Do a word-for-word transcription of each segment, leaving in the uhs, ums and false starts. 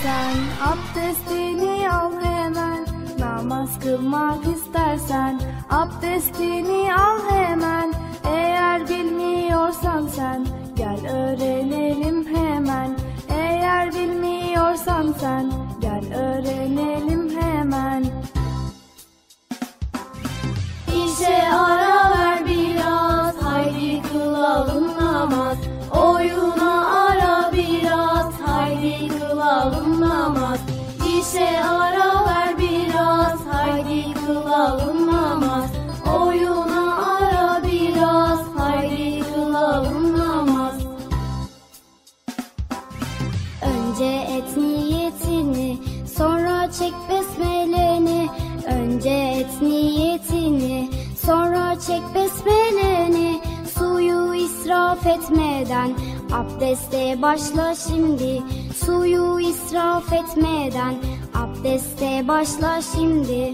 istersen abdestini al hemen. Namaz kılmak istersen abdestini al hemen. Eğer bilmiyorsan sen gel öğrenelim hemen. Eğer bilmiyorsan sen gel öğrenelim hemen. İşe ara ver biraz, haydi kılalım namaz. Oyuna ara biraz, haydi kılalım namaz. İşe ara ver biraz, haydi kılalım namaz. Oyuna ara biraz, haydi kılalım namaz. Önce et niyetini, sonra çek besmeleni. Önce et niyetini, sonra çek besmeleni. Suyu israf etmeden abdeste başla şimdi. Suyu israf etmeden abdeste başla şimdi.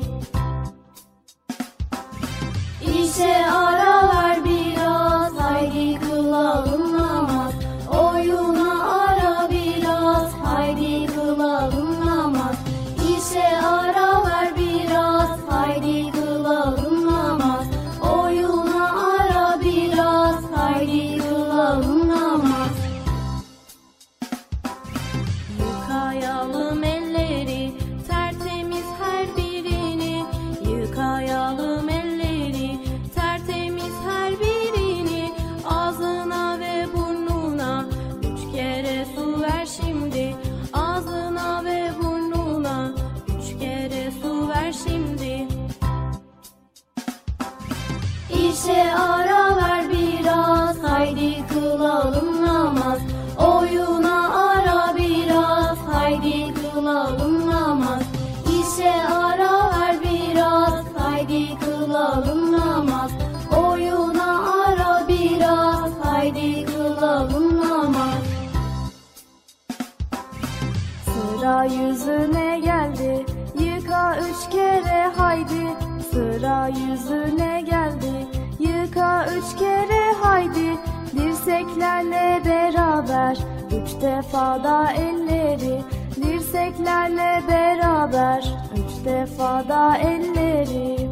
İşe ara ver biraz, haydi kılalım namaz. Oyuna ara biraz, haydi kılalım namaz. İşe ara ver biraz, haydi kılalım namaz. Oyuna ara biraz, haydi kılalım namaz. Yıkayalım elleri, tertemiz her birini. Yıkayalım elleri, tertemiz her birini. Ağzına ve burnuna üç kere su ver şimdi. Ağzına ve burnuna üç kere su ver şimdi. İşe ara ver biraz, haydi kılalım namaz. Oyuna ara biraz, haydi kılalım namaz. İşe ara ver biraz, haydi kılalım namaz. Oyuna ara biraz, haydi kılalım namaz. Sıra yüzüne geldi, yıka üç kere haydi. Sıra yüzüne geldi, yıka üç kere haydi. Dirseklerle beraber üç defa da elleri. Dirseklerle beraber üç defa da elleri.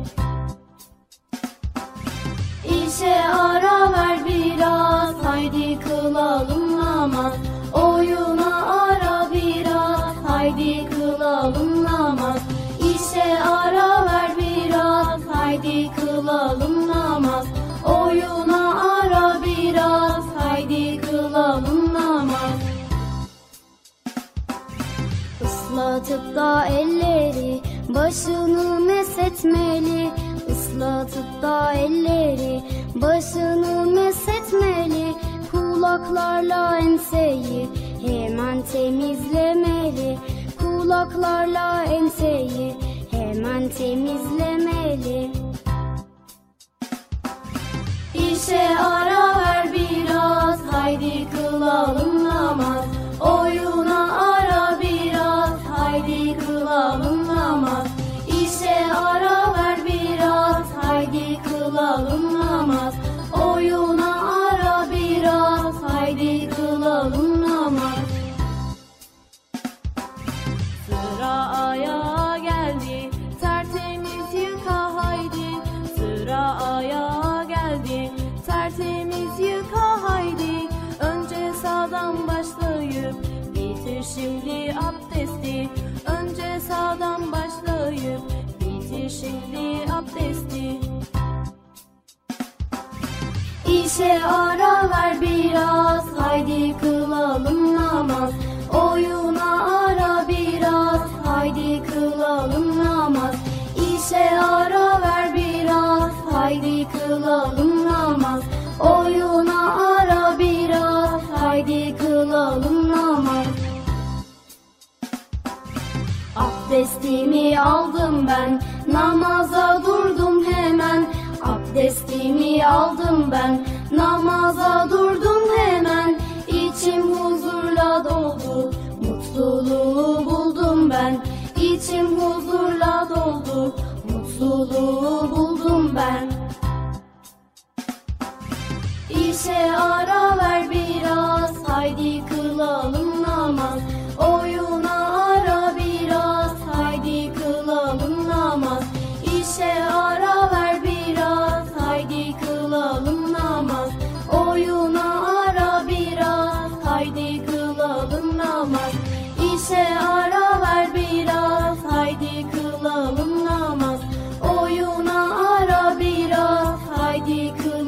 İşe ara ver biraz, haydi kılalım namaz. Oyuna ara biraz, haydi kılalım namaz. İşe ara ver biraz, haydi kılalım namaz. Oyuna ara biraz, haydi kılalım namaz. Islatıp da elleri, başını mesetmeli. Islatıp da elleri, başını mesetmeli. Kulaklarla enseyi hemen temizlemeli. Kulaklarla enseyi hemen temizlemeli. İşe ara ver biraz, haydi kılalım namaz. Oyuna ara biraz, haydi kılalım namaz. İşe ara ver biraz, haydi kılalım namaz. Oyuna ara biraz, haydi kılalım namaz. Sıra ayağa geldi, tertemiz yıka haydi. Sıra ayağa geldi, tertemiz yıka haydi. Önce sağdan başlayıp bitir şimdi abdesti. Önce sağdan başlayıp bitir şimdi abdesti. İşe ara ver biraz, haydi kılalım namaz. Oyuna ara biraz, haydi kılalım namaz. İşe ara ver biraz, haydi kılalım namaz. Oyuna ara biraz, haydi kılalım namaz. Abdestimi aldım ben, namaza durdum hemen. Abdestimi aldım ben, namaza durdum hemen. İçim huzurla doldu, mutluluğu buldum ben. İçim huzurla doldu, mutluluğu buldum ben. İşe ara ver biraz, haydi kılalım namaz. Oyuna ara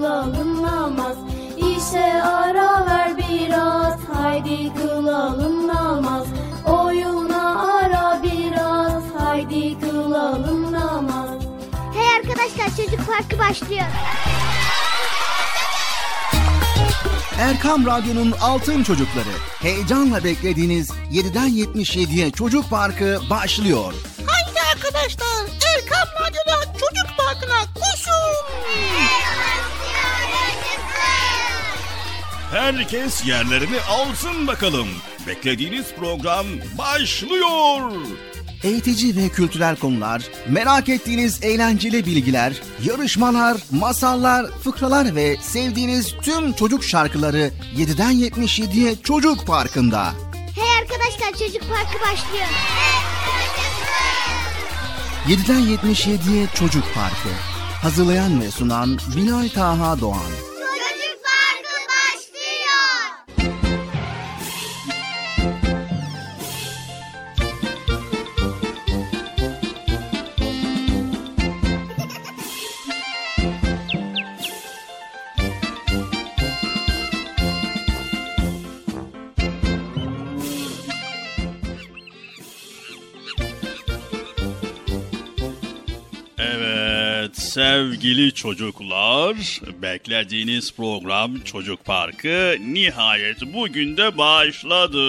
kılalım namaz. İşe ara ver biraz, haydi kılalım namaz. Oyuna ara biraz, haydi kılalım namaz. Hey arkadaşlar, çocuk parkı başlıyor. Erkam Radyo'nun Altın Çocukları. Heyecanla beklediğiniz yediden yetmiş yediye Çocuk Parkı başlıyor. Haydi arkadaşlar, Erkam Radyo'da Çocuk Parkı'na koşun. Herkes yerlerini alsın bakalım. Beklediğiniz program başlıyor. Eğitici ve kültürel konular, merak ettiğiniz eğlenceli bilgiler, yarışmalar, masallar, fıkralar ve sevdiğiniz tüm çocuk şarkıları yediden yetmiş yediye Çocuk Parkı'nda. Hey arkadaşlar, çocuk parkı başlıyor. yediden yetmiş yediye Çocuk Parkı. Hazırlayan ve sunan Bilal Taha Doğan. Çocuk parkı başlıyor. Evet sevgili çocuklar, beklediğiniz program Çocuk Parkı nihayet bugün de başladı.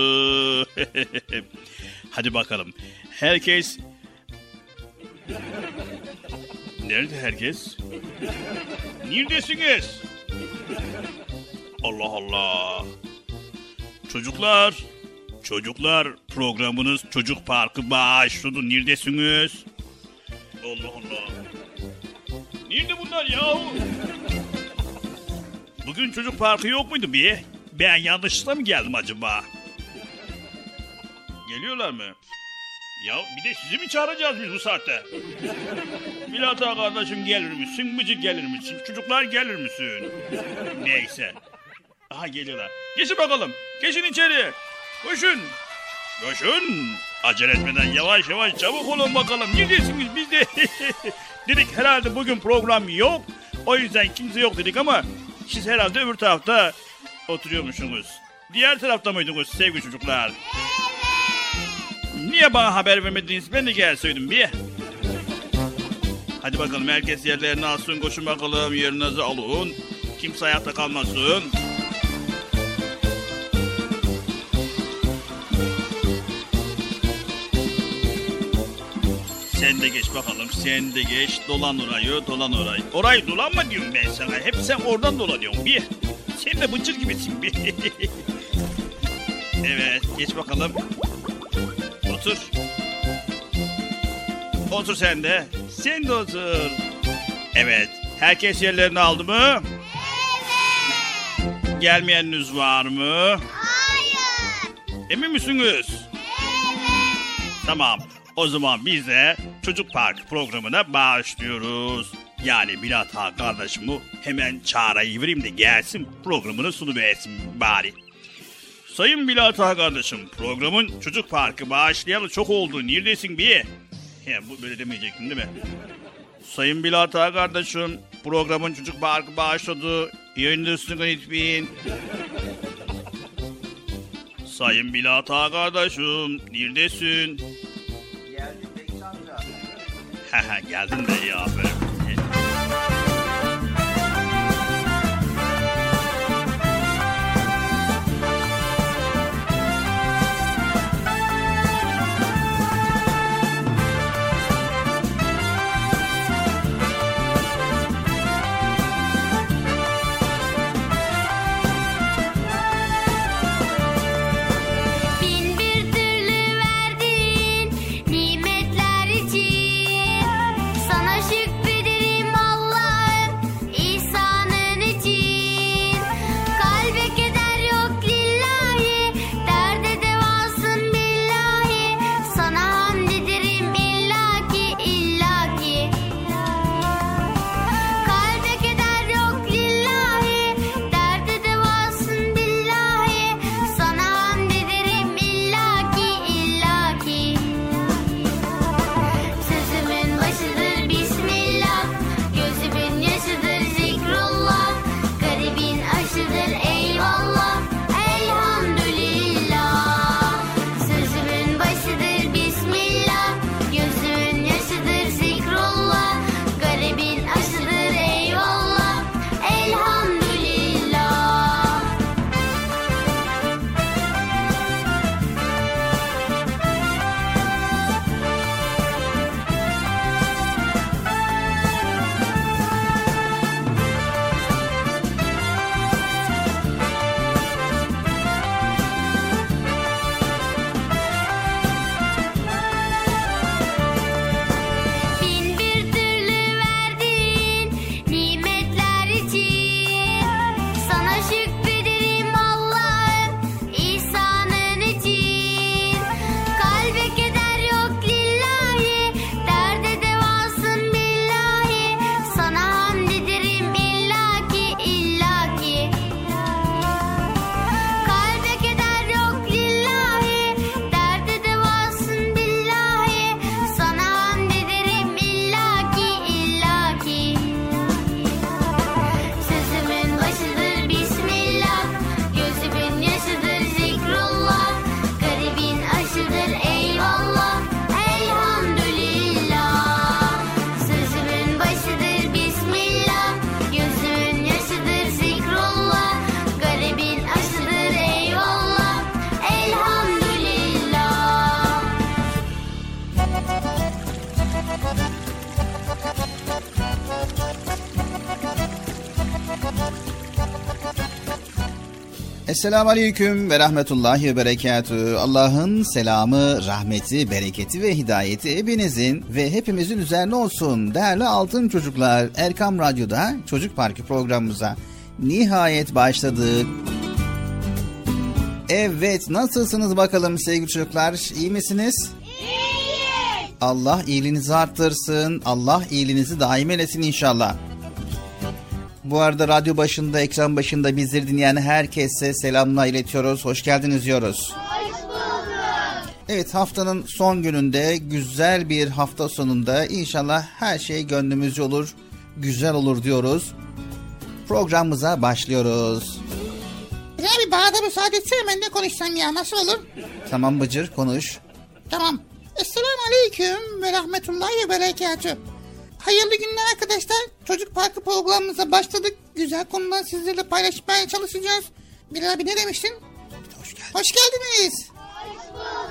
Hadi bakalım, herkes... Nerede herkes? Neredesiniz? Allah Allah. Çocuklar, çocuklar programınız Çocuk Parkı başladı. Neredesiniz? Allah Allah. Nerede bunlar yahu? Bugün Çocuk Parkı yok muydu bir? Ben yanlışlıkla mı geldim acaba? Geliyorlar mı? Ya bir de sizi mi çağıracağız biz bu saatte? Bilata kardeşim gelir misin? Bıcık gelir misin? Çocuklar gelir misin? Neyse. Aha geliyorlar. Geçin bakalım. Geçin içeri. Koşun. Koşun. Acele etmeden yavaş yavaş çabuk olun bakalım. Neredesiniz biz de? Dedik herhalde bugün program yok. O yüzden kimse yok dedik ama siz herhalde öbür tarafta oturuyormuşsunuz. Diğer tarafta mıydınız sevgili çocuklar? Evet. Niye bana haber vermediniz? Ben de gelseydim bir. Hadi bakalım herkes yerlerini alsın. Koşun bakalım, yerinizi alın. Kimse ayakta kalmasın. Sen de geç bakalım, sen de geç. Dolan orayı, dolan orayı. Orayı dolanma diyorum ben sana. Hep sen oradan dolanıyorsun bir. Sen de bıçır gibisin bir. Evet, geç bakalım. Otur. Otur sen de. Sen de otur. Evet, herkes yerlerini aldı mı? Evet. Gelmeyeniniz var mı? Hayır. Emin misiniz? Evet. Tamam. O zaman biz de Çocuk Park programına başlıyoruz. Yani Bilata kardeşimi hemen çağırayıvereyim de gelsin, programını sunuversin bari. Sayın Bilata kardeşim, programın Çocuk Parkı başlayalı çok oldu. Neredesin bir? He, bu böyle demeyecektin değil mi? Sayın Bilata kardeşim, programın Çocuk Parkı başladı. Yayındasın lütfen. Sayın Bilata kardeşim, neredesin? Geldim Bekçi amca. Haha, geldin de ya böyle. Bin bir türlü verdiğin nimetler için sana şükrederim. Esselamu Aleyküm ve Rahmetullahi ve Berekatühü. Allah'ın selamı, rahmeti, bereketi ve hidayeti hepinizin ve hepimizin üzerine olsun. Değerli altın çocuklar, Erkam Radyo'da Çocuk Parkı programımıza nihayet başladık. Evet, nasılsınız bakalım sevgili çocuklar? İyi misiniz? İyiyiz. Allah iyiliğinizi arttırsın. Allah iyiliğinizi daim eylesin inşallah. Bu arada radyo başında, ekran başında bizleri dinleyen herkese selamlar iletiyoruz. Hoş geldiniz diyoruz. Hoş bulduk. Evet, haftanın son gününde, güzel bir hafta sonunda inşallah her şey gönlümüzce olur, güzel olur diyoruz. Programımıza başlıyoruz. Abi bana da müsaade etsene, ben de konuşsam ya, nasıl olur? Tamam Bıcır, konuş. Tamam. Esselamu Aleyküm ve Rahmetullahi ve Berekatühü. Hayırlı günler arkadaşlar. Çocuk Parkı programımıza başladık. Güzel konular sizlerle paylaşmaya çalışacağız. Bilal abi ne demiştin? Hoş geldin. Hoş geldiniz. Hoş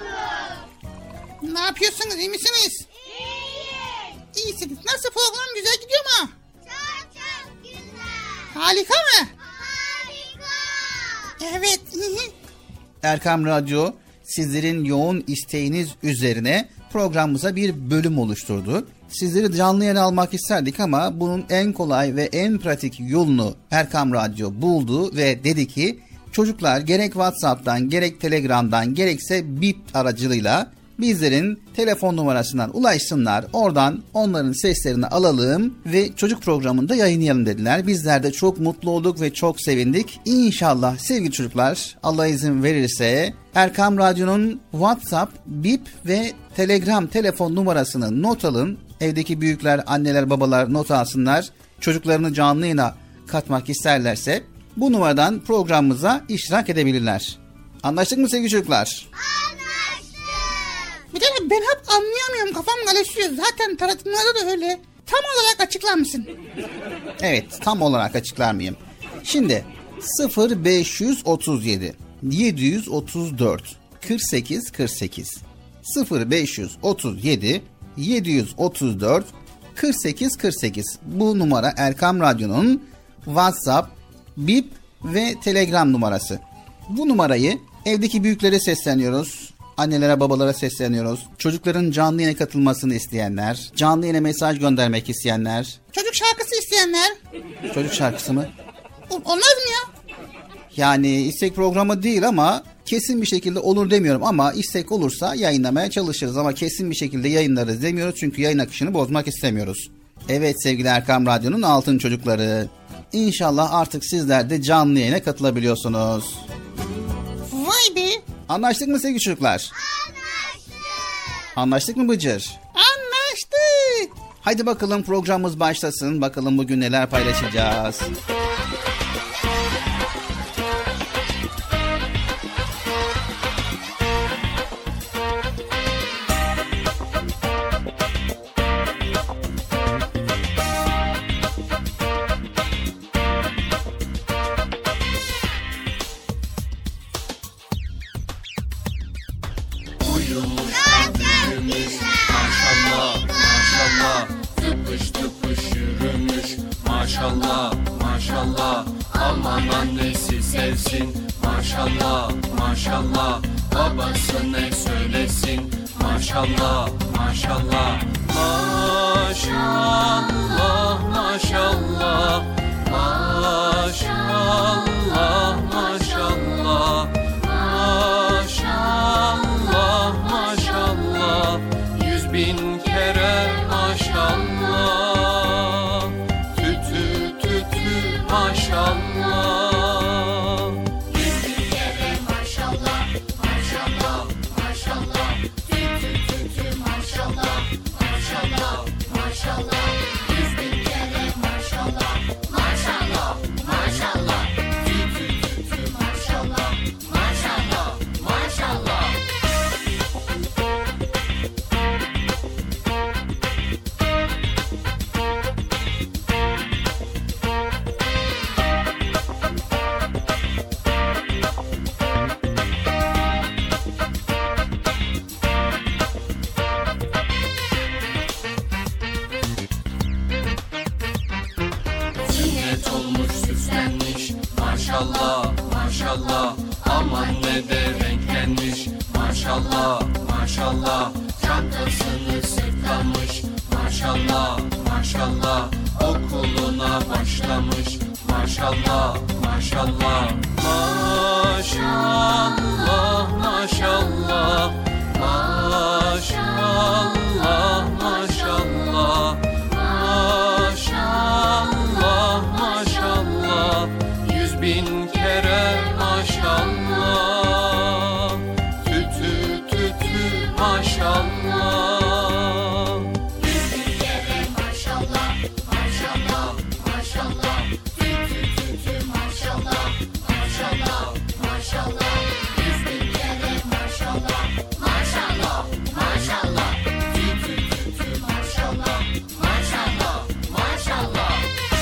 bulduk. Ne yapıyorsunuz? İyi misiniz? İyiyiz. İyisiniz. Nasıl, program güzel gidiyor mu? Çok çok güzel. Harika mı? Harika. Evet. Erkam Radyo sizlerin yoğun isteğiniz üzerine programımıza bir bölüm oluşturdu. Sizleri canlı yayına almak isterdik ama bunun en kolay ve en pratik yolunu Erkam Radyo buldu ve dedi ki çocuklar gerek WhatsApp'tan, gerek Telegram'dan, gerekse Bip aracılığıyla bizlerin telefon numarasından ulaşsınlar. Oradan onların seslerini alalım ve çocuk programında yayınlayalım dediler. Bizler de çok mutlu olduk ve çok sevindik. İnşallah sevgili çocuklar, Allah izin verirse Erkam Radyo'nun WhatsApp, Bip ve Telegram telefon numarasını not alın. Evdeki büyükler, anneler, babalar not alsınlar. Çocuklarını canlı yayına katmak isterlerse bu numaradan programımıza iştirak edebilirler. Anlaştık mı sevgili çocuklar? Bir de ben hep anlayamıyorum, kafam karışıyor. Zaten tanıtımlarda da öyle. Tam olarak açıklar mısın? Evet, tam olarak açıklar mıyım? Şimdi sıfır beş otuz yedi yedi yüz otuz dört kırk sekiz kırk sekiz sıfır beş otuz yedi yedi yüz otuz dört kırk sekiz kırk sekiz bu numara Erkam Radyo'nun WhatsApp, Bip ve Telegram numarası. Bu numarayı evdeki büyüklere sesleniyoruz. Annelere, babalara sesleniyoruz. Çocukların canlı yayına katılmasını isteyenler, canlı yayına mesaj göndermek isteyenler. Çocuk şarkısı isteyenler. Çocuk şarkısı mı? O- Olmaz mı ya? Yani istek programı değil ama kesin bir şekilde olur demiyorum ama istek olursa yayınlamaya çalışırız ama kesin bir şekilde yayınlarız demiyoruz çünkü yayın akışını bozmak istemiyoruz. Evet sevgili Erkam Radyo'nun altın çocukları, İnşallah artık sizler de canlı yayına katılabiliyorsunuz. Vay be. Anlaştık mı sevgili çocuklar? Anlaştık. Anlaştık mı Bıcır? Anlaştık. Haydi bakalım programımız başlasın. Bakalım bugün neler paylaşacağız. Maşallah, maşallah, aman annesi sevsin. Maşallah, maşallah, babası ne söylesin. Maşallah, maşallah, maşallah, maşallah, maşallah, maşallah, maşallah, maşallah, yüz bin kere maşallah. Maşallah, yüz bin kere maşallah, maşallah, maşallah, tü tü tü tü maşallah, maşallah, maşallah, yüz bin kere maşallah, maşallah, maşallah, tü tü tü tü maşallah, maşallah, maşallah. Maşallah, maşallah, aman ne de renklenmiş. Maşallah maşallah çantasını sırtlamış. Maşallah maşallah okuluna başlamış. Maşallah maşallah maşallah maşallah maşallah maşallah maşallah maşallah yüz bin kere maşallah tütü tütü maşallah. Yüz bin kere maşallah maşallah maşallah tütü tütü maşallah maşallah maşallah yüz bin kere maşallah maşallah maşallah tütü tütü maşallah maşallah maşallah.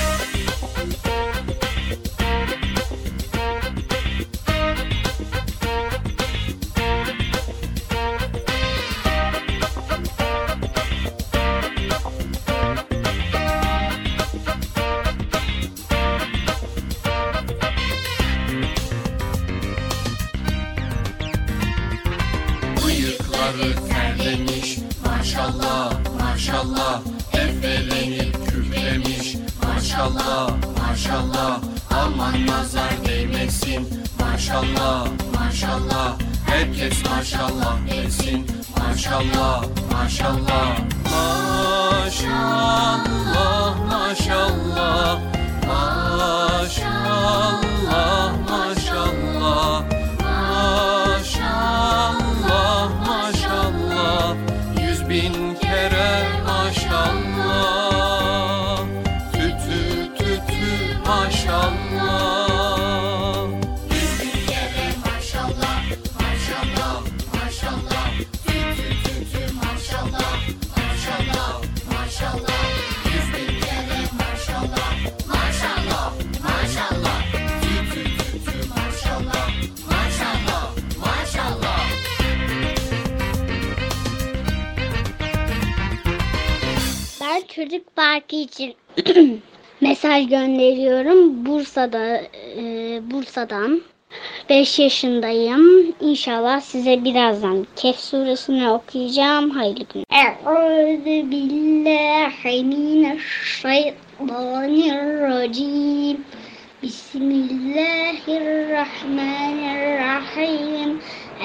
Bıyıkları terlemiş. Maşallah maşallah efelenip kükremiş. Maşallah maşallah aman nazar değmesin. Maşallah maşallah herkes maşallah desin. Maşallah maşallah maşallah maşallah maşallah maşallah maşallah maşallah yüz bin kere maşallah tütü tütü maşallah. Yüz bin kere maşallah maşallah maşallah tütü tütü maşallah maşallah maşallah yüz bin kere maşallah maşallah maşallah tütü tütü maşallah maşallah maşallah. Ben çocuk parkı için mesaj gönderiyorum. Bursa'da e, Bursa'dan beş yaşındayım. İnşallah size birazdan Kehf suresini okuyacağım. Hayırlı günler. Eûzü billahi mineşşeytanirracim. Bismillahirrahmanirrahim.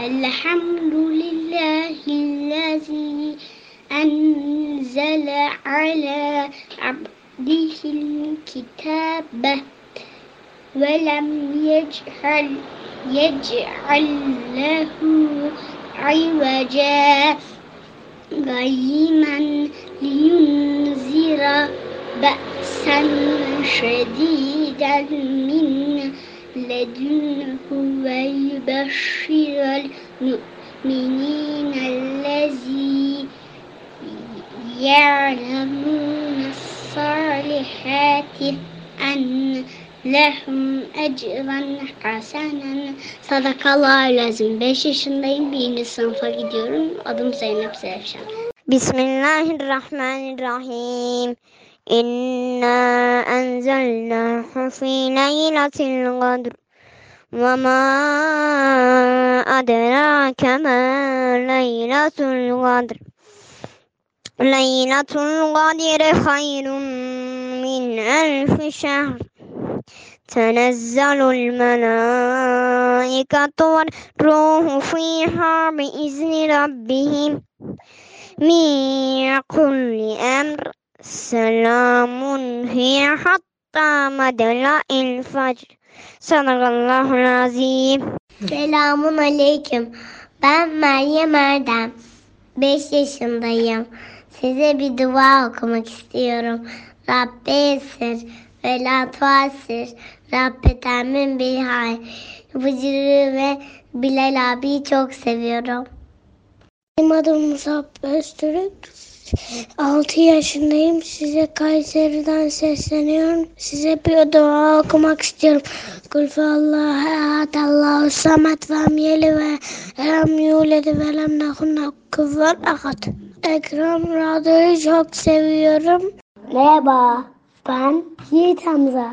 Elhamdülillahillezî enzele ala abdihil kitabe ve lem yec'al yec'al lehu iveca gayyimen liyunzira ba'sen şediden min ledünhü ve yübeşşirel müminellezî يعلمون الصالحات أن لهم أجرا حسنا. Sadakallahu lazım. beş yaşındayım. birinci sınıfa gidiyorum. Adım Zeynep Zevşan. Bismillahirrahmanirrahim. İnna enzelnahu fi leyletil kadr. Ve ma adrake ma leyletul kadr. Leyletul kadri hayrun min elfi şehr. Tenezzelul melâiketu ve ruhu fîhâ biizni rabbihim min kulli emr. Selamun hiye hatta medla'il fecr. Sadakallahul azim. Selamun aleyküm. Ben Meryem Erdem. beş yaşındayım. Size bir dua okumak istiyorum. Rabbi esir ve la tuasir. Rabbi temin bil hayr. Bıcırı ve Bilal abiyi çok seviyorum. Benim adım Musab Öztürk. altı yaşındayım. Size Kayseri'den sesleniyorum. Size bir dua okumak istiyorum. Kul feallahu ehad Allahu samet ve lem yelid ve lem yulad ve lem yekun lehu kufuven ahad. Ekrem Radyo'yu çok seviyorum. Merhaba, ben Yiğit Hamza.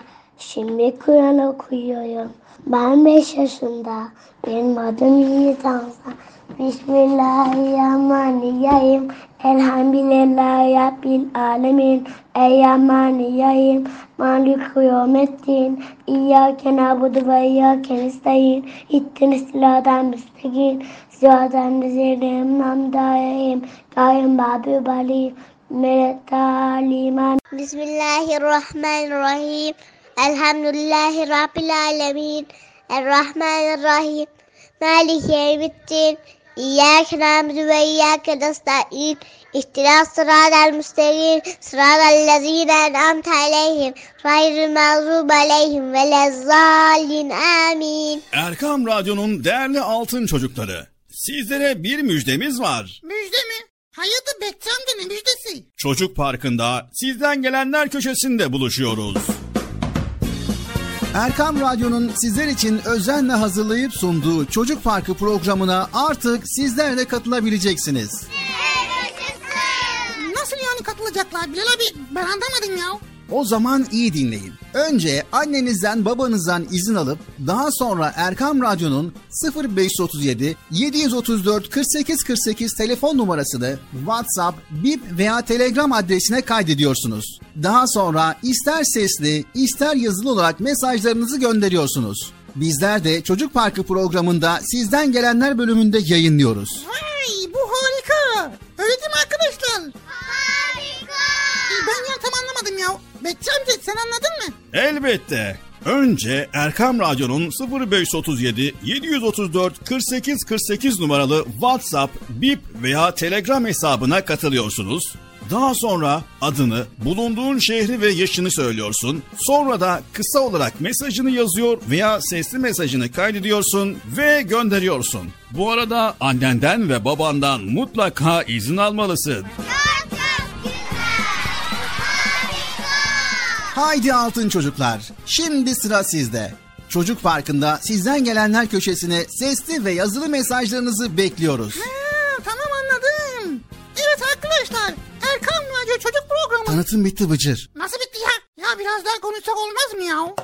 Şimdi Kur'an okuyorum. Ben beş yaşında. Benim adım Yiğit Hamza. Bismillahirrahmanirrahim. Elhamdülillahi Rabbil alemin. Errahmanirrahim. Malik yevmiddin. İyyâke na'budu ve iyyâke nestaîn. İhdines sıratal müstakîm. Sıratal lezîne en'amte aleyhim. Gayril mağdûbi aleyhim veleddâllîn. Bismillahirrahmanirrahim. Elhamdülillahi Rabbil alemin. Errahmanirrahim. Maliki yevmiddin. İyyâke na'budu ve iyyâke nestaîn. İhdinas sıratal müstakîm. Sıratal lezîne en'amte aleyhim. Gayril mağdûbi aleyhim veleddâllîn. Amin. Erkam Radyo'nun değerli altın çocukları, sizlere bir müjdemiz var. Müjde mi? Hayırdır Bekçi amca, ne müjdesi? Çocuk Parkı'nda sizden gelenler köşesinde buluşuyoruz. Erkam Radyo'nun sizler için özenle hazırlayıp sunduğu Çocuk Parkı programına artık sizler de katılabileceksiniz. Nasıl yani katılacaklar Bilal abi? Ben anlamadım ya. O zaman iyi dinleyin. Önce annenizden babanızdan izin alıp daha sonra Erkam Radyo'nun sıfır beş otuz yedi yedi otuz dört kırk sekiz kırk sekiz telefon numarasını WhatsApp, Bip veya Telegram adresine kaydediyorsunuz. Daha sonra ister sesli ister yazılı olarak mesajlarınızı gönderiyorsunuz. Bizler de Çocuk Parkı programında sizden gelenler bölümünde yayınlıyoruz. Vay, bu harika. Öyle değil mi arkadaşlar? Harika. Ben ya tam anlamadım ya. Bekçi amca sen anladın mı? Elbette. Önce Erkam Radyo'nun sıfır beş otuz yedi yedi otuz dört kırk sekiz kırk sekiz numaralı WhatsApp, Bip veya Telegram hesabına katılıyorsunuz. Daha sonra adını, bulunduğun şehri ve yaşını söylüyorsun. Sonra da kısa olarak mesajını yazıyor veya sesli mesajını kaydediyorsun ve gönderiyorsun. Bu arada annenden ve babandan mutlaka izin almalısın. Haydi altın çocuklar, şimdi sıra sizde. Çocuk Parkı'nda sizden gelenler köşesine sesli ve yazılı mesajlarınızı bekliyoruz. Ha, tamam anladım. Evet arkadaşlar, Erkam Radyo Çocuk Programı. Tanıtım bitti Bıcır. Nasıl bitti ya? Ya biraz daha konuşsak olmaz mı ya?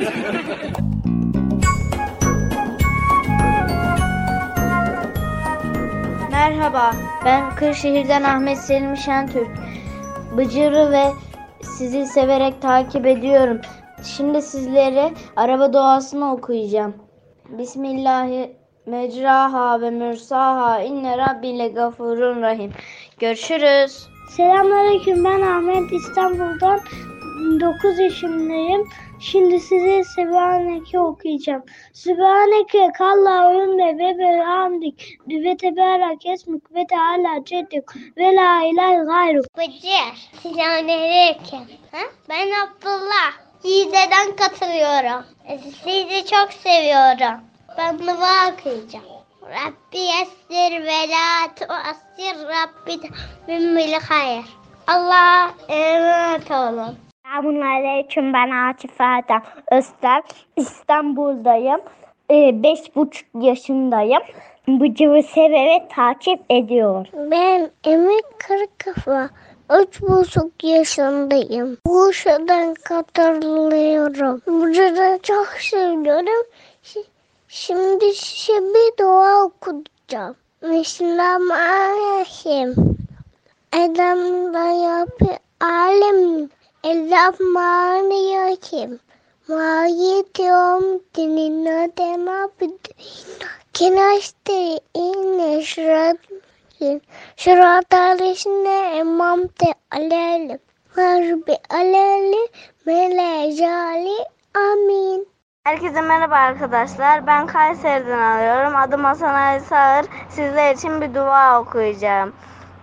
Merhaba, ben Kırşehir'den Ahmet Selim Şentürk. Bıcır'ı ve sizi severek takip ediyorum. Şimdi sizlere araba duasını okuyacağım. Bismillahi mecraha ve mürsaha inne rabbile gafurun rahim. Görüşürüz. Selamünaleyküm, ben Ahmet, İstanbul'dan dokuz yaşındayım. Şimdi size Sübhaneke okuyacağım. Sübhaneke kallahu ve ve hamdik ve tebarak esmuk ve teala ceddük ve la ilahe gayruk. Bıcır. Selamünaleyküm. Ben Abdullah. Yiğit'den katılıyorum. Sizi çok seviyorum. Ben dua okuyacağım. Rabbi yessir ve la tuassir Rabbi mümmil hayır. Allah'a emanet olun. Selamünaleyküm, ben Atif Erdem Öztürk. İstanbul'dayım. Ee, beş buçuk yaşındayım. Bıcır'ı severek takip ediyorum. Ben Emir Kırkafa. Üç buçuk yaşındayım. Bursa'dan katılıyorum. Bıcır'ı çok seviyorum. Şimdi size bir dua okuyacağım. Bismillahirrahmanirrahim. Edem'den yapı alem. Elhamdülillahirrahmanirrahim. Mâlik yevmiddin adema bidin. Kinaşte inne şıratın. Şıratalisine emamte aleylim. Harbi aleylim. Melejali amin. Herkese merhaba arkadaşlar. Ben Kayseri'den arıyorum. Adım Hasan Ali Sağır. Sizler için bir dua okuyacağım.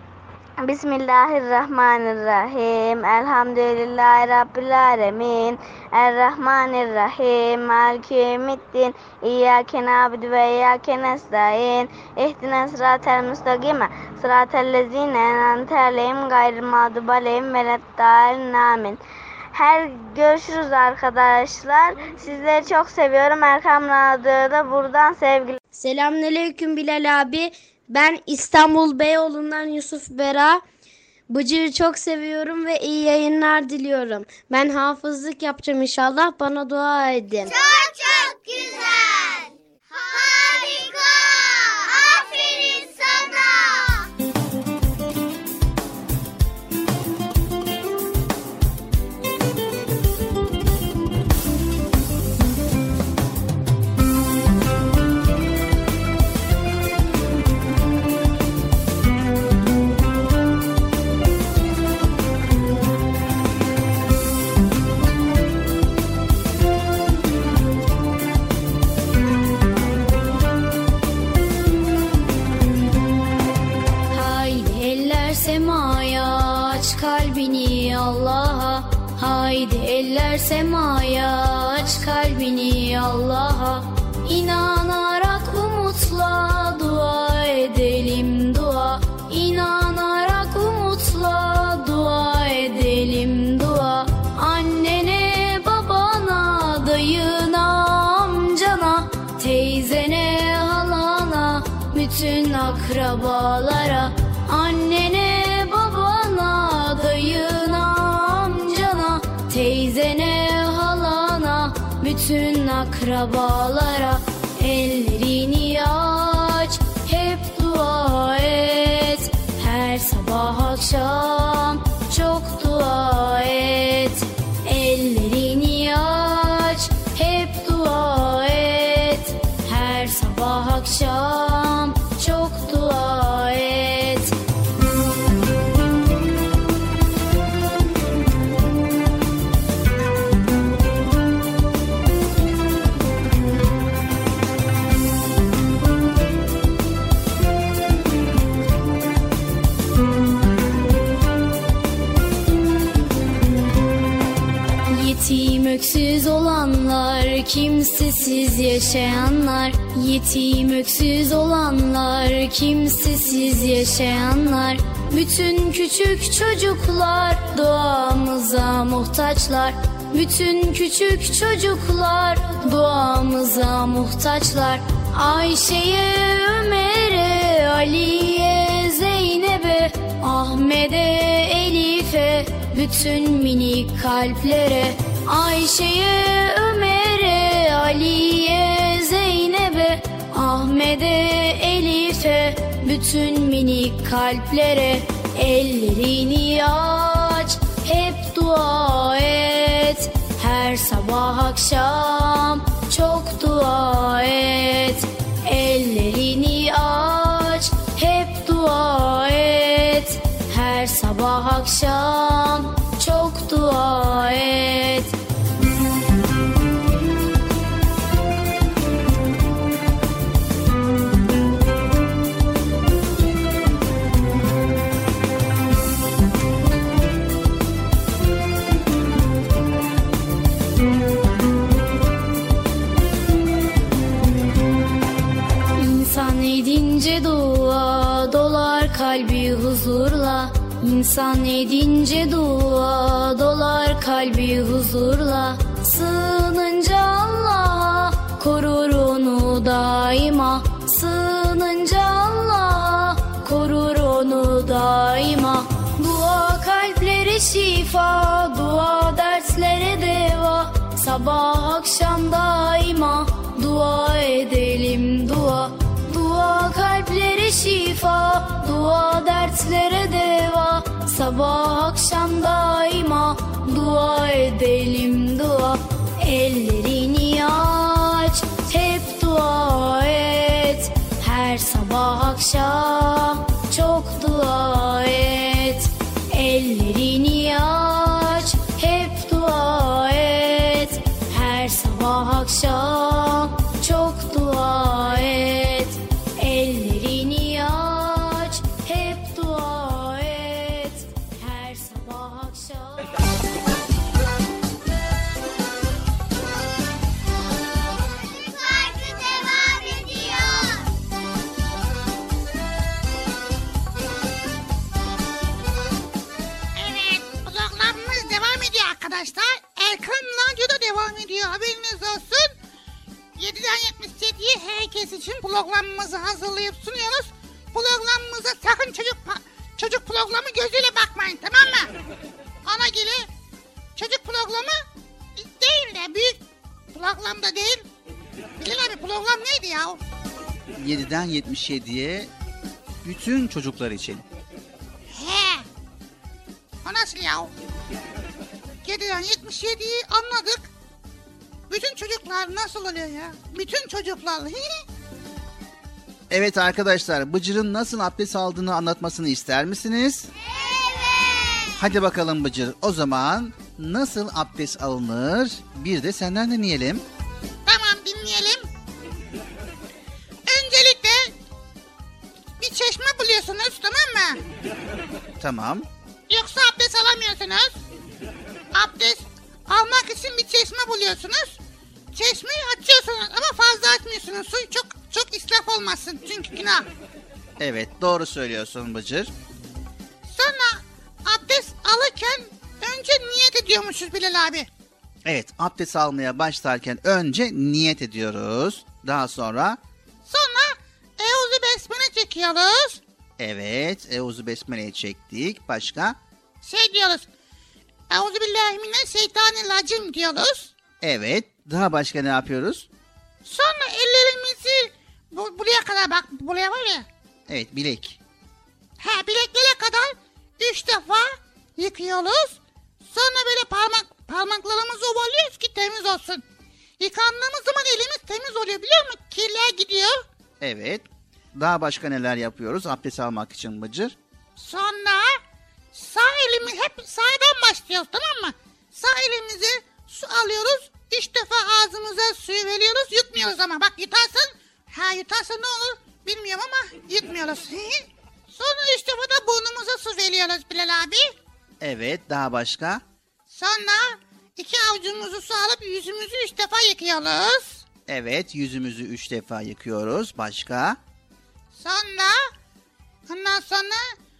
Bismillahirrahmanirrahim. Elhamdülillahi Rabbil alemin. Errahmanirrahim. Maliki yevmiddin. İyyâke na'budu ve iyyâke nestaîn. İhdines sıratal müstakîm. Sıratal lezîne en'amte aleyhim gayril mağdûbi aleyhim veleddâllîn. Amin. Her görüşürüz arkadaşlar. Sizleri çok seviyorum. Erkam Radyo'da buradan sevgiler. Selamünaleyküm Bilal abi. Ben İstanbul Beyoğlu'ndan Yusuf Bera. Bıcır'ı çok seviyorum ve iyi yayınlar diliyorum. Ben hafızlık yapacağım inşallah. Bana dua edin. Çok çok güzel. Harika. Aferin sana. Semaya aç kalbini Allah'a. Haydi eller semaya aç kalbini Allah'a. İnanarak umutla dua edelim dua. İnanarak umutla dua edelim dua. Annene, babana, dayına, amcana, teyzene, halana, bütün akrabalara. Annene, babana, dayına, amcana, teyzene, halana, bütün akrabalara. Ellerini aç, hep dua et. Her sabah akşam çok dua et. Ellerini aç, hep dua et. Her sabah akşam çok dua et. Yetim öksüz olanlar, kimsesiz yaşayanlar. Yetim öksüz olanlar, kimsesiz yaşayanlar. Bütün küçük çocuklar duamıza muhtaçlar. Bütün küçük çocuklar duamıza muhtaçlar. Ayşe'ye, Ömer'e, Ali'ye, Zeynep'e, Ahmet'e, Elif'e, bütün minik kalplere. Ayşe'ye, Ömer'e, Ali'ye, Zeynep'e, Ahmet'e, Elif'e, bütün minik kalplere. Ellerini aç, hep dua et. Her sabah akşam çok dua et. Ellerini aç, hep dua et. Her sabah akşam çok dua et. İnsan edince dua dolar kalbi huzurla. İnsan edince dua dolar kalbi huzurla. Sığınınca Allah'a korur onu daima. Sığınınca Allah'a korur onu daima. Dua kalplere şifa, dua dertlere deva. Sabah akşam daima dua edelim dua. Dua kalplere şifa, dua dertlere deva. Sabah akşam daima dua edelim dua. Ellerini aç, hep dua et. Her sabah akşam çok dua et. Ellerini aç, hep dua et. Her sabah akşam çok dua et. Ellerini aç, hep dua et. Her sabah akşam. Şarkı devam ediyor. Evet, programımız devam ediyor arkadaşlar. Erkam Radyo'da devam ediyor, haberiniz olsun. yediden yetmiş yediye herkes için programımızı hazırlayıp sunuyoruz. Programımıza sakın çocuk çocuk programı gözüyle bakmayın, tamam mı? Ana gibi çocuk programı değil de büyük program da değil. Bilal abi program neydi ya? yediden yetmiş yediye bütün çocuklar için. He. O nasıl ya? yediden yetmiş yediyi anladık. Bütün çocuklar nasıl oluyor ya? Bütün çocuklar. Evet arkadaşlar, Bıcır'ın nasıl abdest aldığını anlatmasını ister misiniz? Evet. Hadi bakalım Bıcır, o zaman nasıl abdest alınır bir de senden dinleyelim. Tamam, dinleyelim. Öncelikle bir çeşme buluyorsunuz, tamam mı? Tamam. Yoksa abdest alamıyorsunuz. Abdest almak için bir çeşme buluyorsunuz. Çeşmeyi açıyorsunuz ama fazla açmıyorsunuz. Su çok çok israf olmasın çünkü günah. Evet, doğru söylüyorsun Bıcır. Sonra abdest alırken önce niyet ediyormuşuz Bilal abi. Evet, abdest almaya başlarken önce niyet ediyoruz. Daha sonra? Sonra Euzu Besmele çekiyoruz. Evet, Euzu Besmele'yi çektik. Başka? Şey diyoruz. Euzubillahimineşşeytanirracim diyoruz. Evet, daha başka ne yapıyoruz? Sonra ellerimizi bu, buraya kadar bak, buraya var ya. Evet, bilek. He, bileklere kadar üç defa yıkıyoruz. Sonra böyle parmak parmaklarımızı ovalıyoruz ki temiz olsun. Yıkandığımız zaman elimiz temiz oluyor, biliyor musun? Kirler gidiyor. Evet. Daha başka neler yapıyoruz abdest almak için Bıcır? Sonra sağ elimi hep sağdan başlıyoruz, tamam mı? Sağ elimizi su alıyoruz. Üç defa ağzımıza suyu veriyoruz. Yutmuyoruz ama. Bak yutarsın. Ha yutarsa ne olur bilmiyorum ama yutmuyoruz. Sonra üç defa da burnumuza su veriyoruz Bilal abi. Evet, daha başka? Sonra iki avucumuzu su alıp yüzümüzü üç defa yıkıyoruz. Evet, yüzümüzü üç defa yıkıyoruz. Başka? Sonra ondan sonra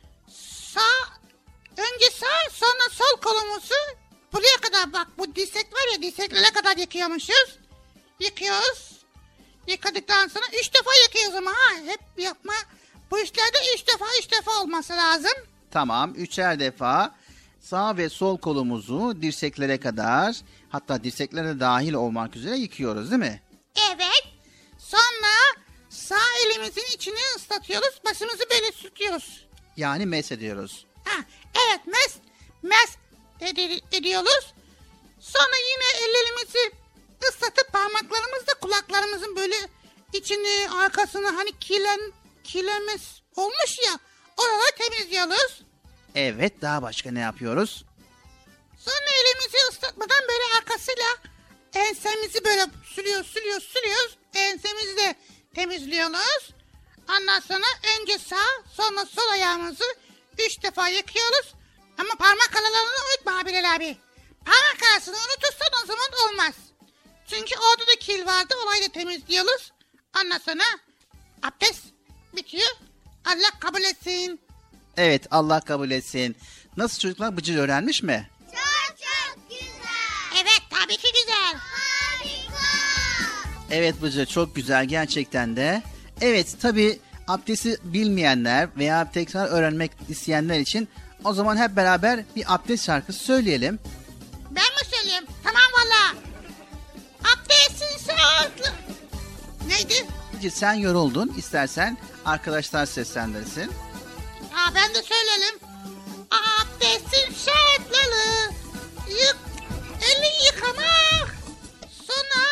sağ önce sağ sonra sol kolumuzu buraya kadar, bak bu dirsek var ya, dirseklere kadar yıkıyormuşuz. Yıkıyoruz. Yıkadıktan sonra üç defa yıkıyoruz ama ha hep yapma. Bu işlerde üç defa üç defa olması lazım. Tamam, üçer defa sağ ve sol kolumuzu dirseklere kadar, hatta dirseklere dahil olmak üzere yıkıyoruz değil mi? Evet. Sonra sağ elimizin içini ıslatıyoruz. Başımızı böyle sürtüyoruz. Yani mes ediyoruz. Ha, evet mes, mes ed- ediyoruz. Sonra yine ellerimizi ıslatıp parmaklarımızla kulaklarımızın böyle içini, arkasını, hani kirlen, kirlenmez olmuş ya, oraları temizliyoruz. Evet, daha başka ne yapıyoruz? Sonra elimizi ıslatmadan böyle arkasıyla ensemizi böyle sürüyoruz, sürüyoruz, sürüyoruz. Ensemizi de temizliyoruz. Ondan sonra önce sağ, sonra sol ayağımızı üç defa yıkıyoruz. Ama parmak aralarını unutma Bilal abi. Parmak arasını unutursan o zaman olmaz. Çünkü orada da kil vardı, orayı da temizliyoruz. Ondan sonra abdest bitiyor. Allah kabul etsin. Evet, Allah kabul etsin. Nasıl çocuklar, Bıcır öğrenmiş mi? Çok çok güzel. Evet, tabii ki güzel. Harika. Evet Bıcır, çok güzel gerçekten de. Evet, tabii abdesti bilmeyenler veya tekrar öğrenmek isteyenler için o zaman hep beraber bir abdest şarkısı söyleyelim. Ben mi söyleyeyim? Tamam valla. Abdestin sağlıklı. Neydi? Bıcır, sen yoruldun, istersen arkadaşlar seslendirsin. Aa, ben de söyleyelim. Abdestin şartları. Yık, eli yıkamak. Sonra...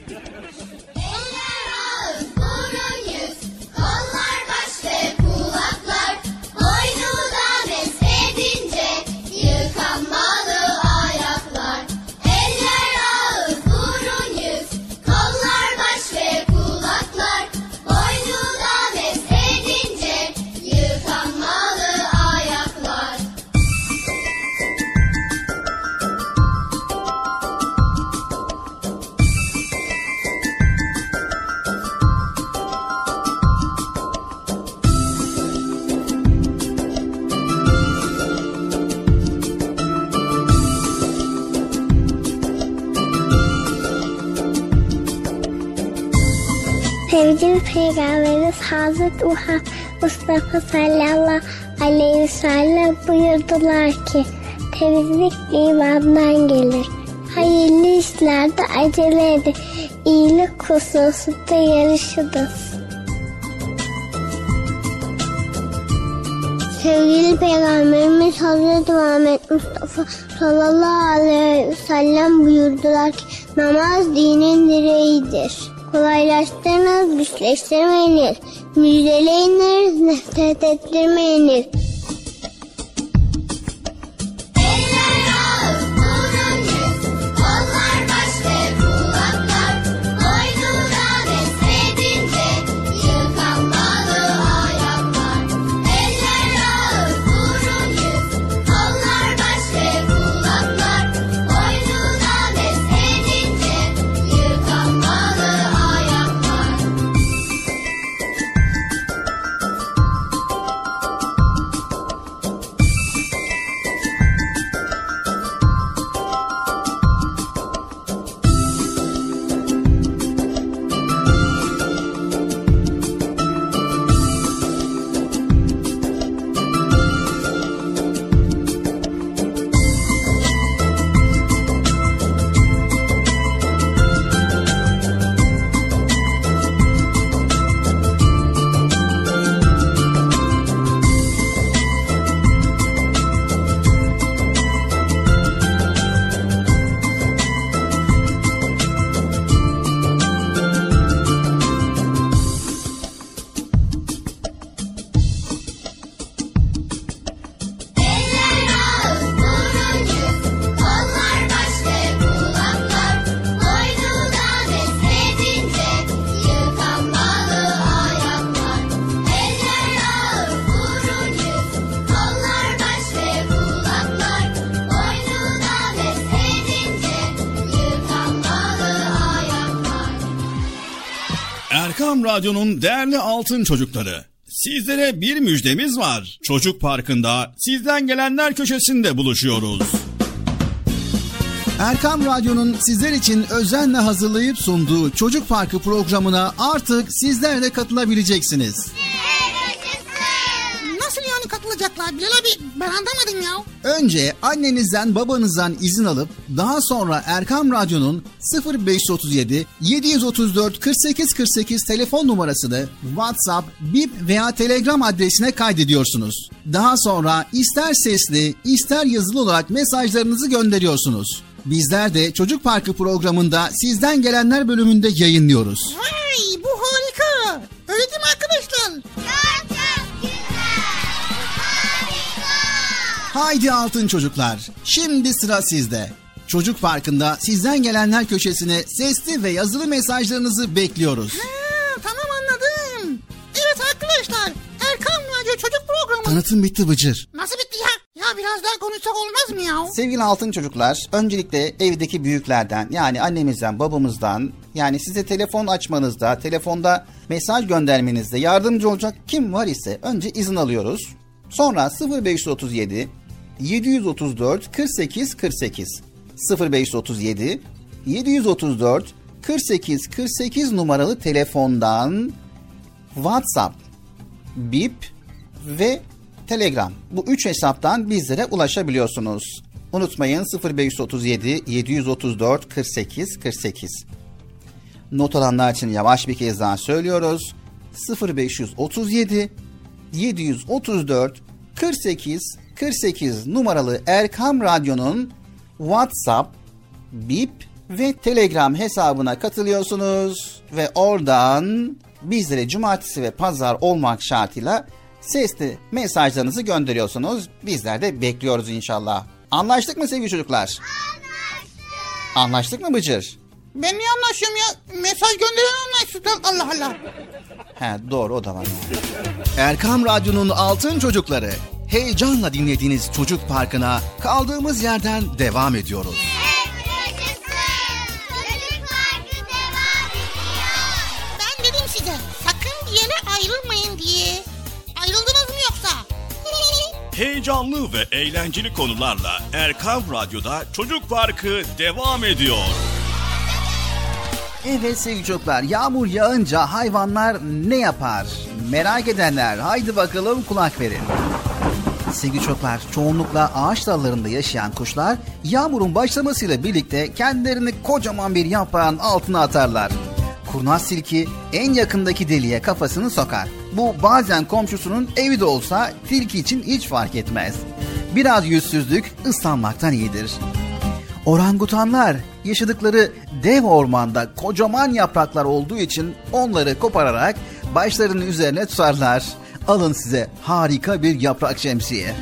Eller, ağız, burun, yüz, kollar, baş ve kulaklar. Boynu da mesledince yıkanmalı ayaklar. Eller, ağız, burun, yüz, kollar, baş ve kulaklar. Boynu da mesledince yıkanmalı ayaklar. Sevgili Peygamberimiz Hazreti Mustafa sallallahu aleyhi ve sellem buyurdular ki temizlik imandan gelir. Hayırlı işlerde acele edin. İyilik hususunda yarışınız. Sevgili Peygamberimiz Hazreti Muhammed Mustafa sallallahu aleyhi ve sellem buyurdular ki namaz dinin direğidir. Kolaylaştırınız, güçleştirmeyiniz. Müjdeleyiniz, nefret ettirmeyiniz. Erkam Radyo'nun değerli altın çocukları, sizlere bir müjdemiz var. Çocuk Parkı'nda sizden gelenler köşesinde buluşuyoruz. Erkam Radyo'nun sizler için özenle hazırlayıp sunduğu Çocuk Parkı programına artık sizler de katılabileceksiniz. Nasıl yani katılacaklar Bilal abi? Ben anlamadım ya. Önce annenizden babanızdan izin alıp daha sonra Erkam Radyo'nun sıfır beş otuz yedi yedi otuz dört kırk sekiz kırk sekiz telefon numarasını WhatsApp, Bip veya Telegram adresine kaydediyorsunuz. Daha sonra ister sesli ister yazılı olarak mesajlarınızı gönderiyorsunuz. Bizler de Çocuk Parkı programında sizden gelenler bölümünde yayınlıyoruz. Vay, bu harika. Öyle değil mi arkadaşlar? Çok çok güzel. Harika. Haydi altın çocuklar, şimdi sıra sizde. Çocuk Parkı'nda sizden gelenler köşesine sesli ve yazılı mesajlarınızı bekliyoruz. Ha, tamam anladım. Evet arkadaşlar, Erkam Radyo Çocuk Programı. Tanıtım bitti Bıcır. Nasıl bitti ya? Ya biraz daha konuşsak olmaz mı ya? Sevgili altın çocuklar, öncelikle evdeki büyüklerden, yani annemizden, babamızdan, yani size telefon açmanızda, telefonda mesaj göndermenizde yardımcı olacak kim var ise önce izin alıyoruz. Sonra sıfır beş otuz yedi yedi otuz dört kırk sekiz kırk sekiz sıfır beş otuz yedi yedi otuz dört kırk sekiz kırk sekiz numaralı telefondan WhatsApp, Bip ve Telegram, bu üç hesaptan bizlere ulaşabiliyorsunuz. Unutmayın, sıfır beş otuz yedi yedi otuz dört kırk sekiz kırk sekiz. Not alanlar için yavaş bir kez daha söylüyoruz. sıfır beş otuz yedi yedi otuz dört kırk sekiz kırk sekiz numaralı Erkam Radyo'nun WhatsApp, Bip ve Telegram hesabına katılıyorsunuz ve oradan bizlere cumartesi ve pazar olmak şartıyla sesli mesajlarınızı gönderiyorsunuz. Bizler de bekliyoruz inşallah. Anlaştık mı sevgili çocuklar? Anlaştık. Anlaştık mı Bıcır? Ben niye anlaşıyorum ya? Mesaj gönderen anlaştık. Allah Allah. He, doğru, o da var. Erkam Radyo'nun altın çocukları, heyecanla dinlediğiniz Çocuk Parkı'na kaldığımız yerden devam ediyoruz. Çocuk Parkı devam ediyor. Ben dedim size, sakın bir yere ayrılmayın diye. Ayrıldınız mı yoksa? Heyecanlı ve eğlenceli konularla Erkam Radyo'da Çocuk Parkı devam ediyor. Evet sevgili çocuklar, yağmur yağınca hayvanlar ne yapar? Merak edenler haydi bakalım kulak verin. Sevgili çocuklar, çoğunlukla ağaç dallarında yaşayan kuşlar yağmurun başlamasıyla birlikte kendilerini kocaman bir yaprağın altına atarlar. Kurnaz tilki en yakındaki deliğe kafasını sokar. Bu bazen komşusunun evi de olsa tilki için hiç fark etmez. Biraz yüzsüzlük ıslanmaktan iyidir. Orangutanlar yaşadıkları dev ormanda kocaman yapraklar olduğu için onları kopararak başlarının üzerine tutarlar. Alın size harika bir yaprak şemsiye.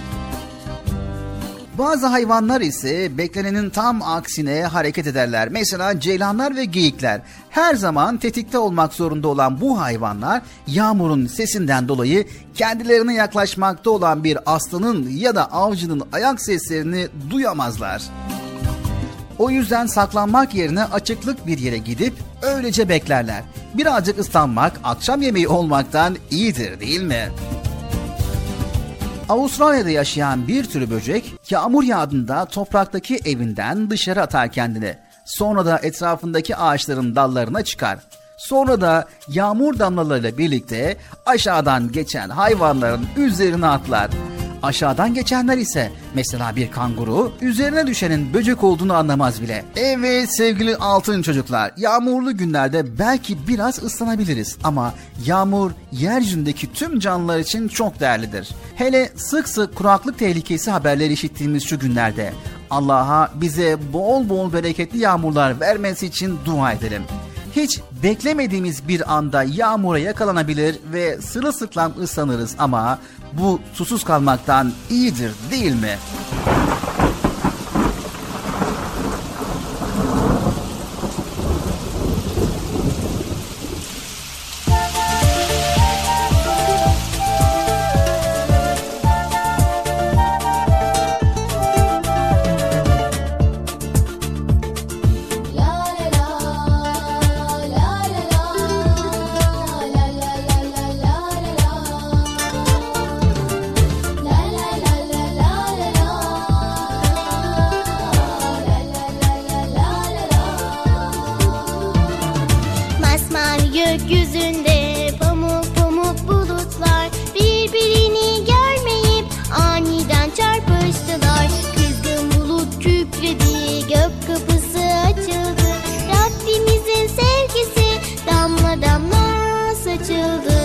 Bazı hayvanlar ise beklenenin tam aksine hareket ederler. Mesela ceylanlar ve geyikler. Her zaman tetikte olmak zorunda olan bu hayvanlar yağmurun sesinden dolayı kendilerine yaklaşmakta olan bir aslanın ya da avcının ayak seslerini duyamazlar. O yüzden saklanmak yerine açıklık bir yere gidip öylece beklerler. Birazcık ıslanmak akşam yemeği olmaktan iyidir, değil mi? Avustralya'da yaşayan bir tür böcek yağmur yağdığında topraktaki evinden dışarı atar kendini. Sonra da etrafındaki ağaçların dallarına çıkar. Sonra da yağmur damlalarıyla birlikte aşağıdan geçen hayvanların üzerine atlar. Aşağıdan geçenler ise mesela bir kanguru üzerine düşenin böcek olduğunu anlamaz bile. Evet sevgili altın çocuklar, yağmurlu günlerde belki biraz ıslanabiliriz ama yağmur yeryüzündeki tüm canlılar için çok değerlidir. Hele sık sık kuraklık tehlikesi haberleri işittiğimiz şu günlerde Allah'a bize bol bol bereketli yağmurlar vermesi için dua edelim. Hiç beklemediğimiz bir anda yağmura yakalanabilir ve sırılsıklam ıslanırız ama bu susuz kalmaktan iyidir, değil mi? Gökyüzünde pamuk pamuk bulutlar birbirini görmeyip aniden çarpıştılar. Kızgın bulut kükredi, gök kapısı açıldı. Rabbimizin sevgisi damla damla saçıldı.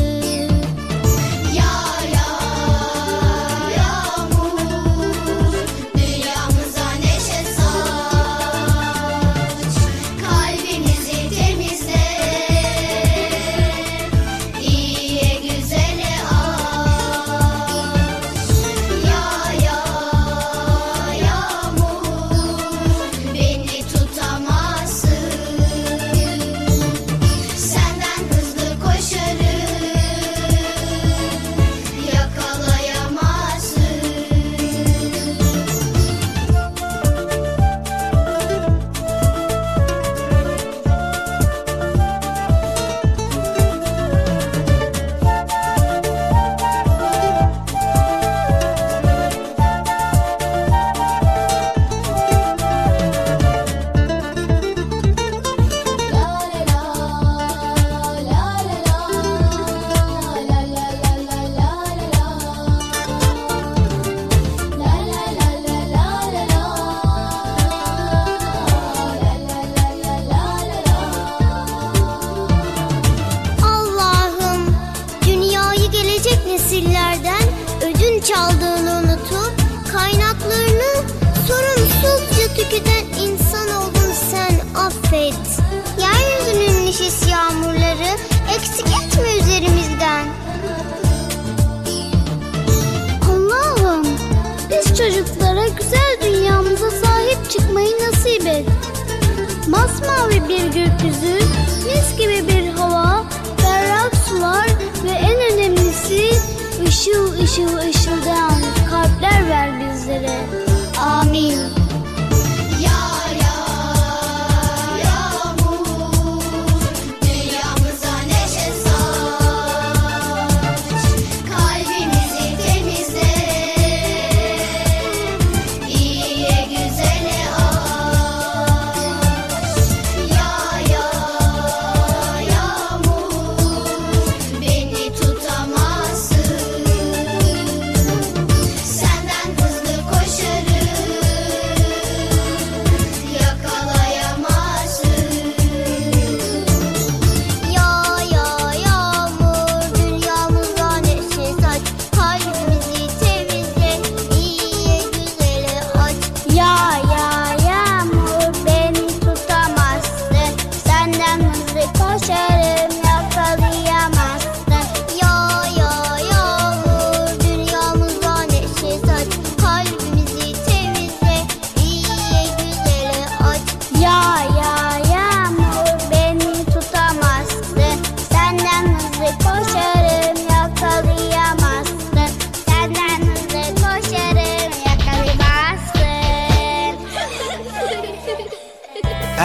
Çaldığını unutup kaynaklarını sorumsuzca tüketen insanoğlunu sen affet. Yeryüzünün nişis yağmurları eksik etme üzerimizden. Allah'ım biz çocuklara güzel dünyamıza sahip çıkmayı nasip et. Masmavi bir gökyüzü, mis gibi bir hava, berrak sular ve en önemlisi ışıl ışıl ışıldayan kalpler ver bizlere. Amin. Ya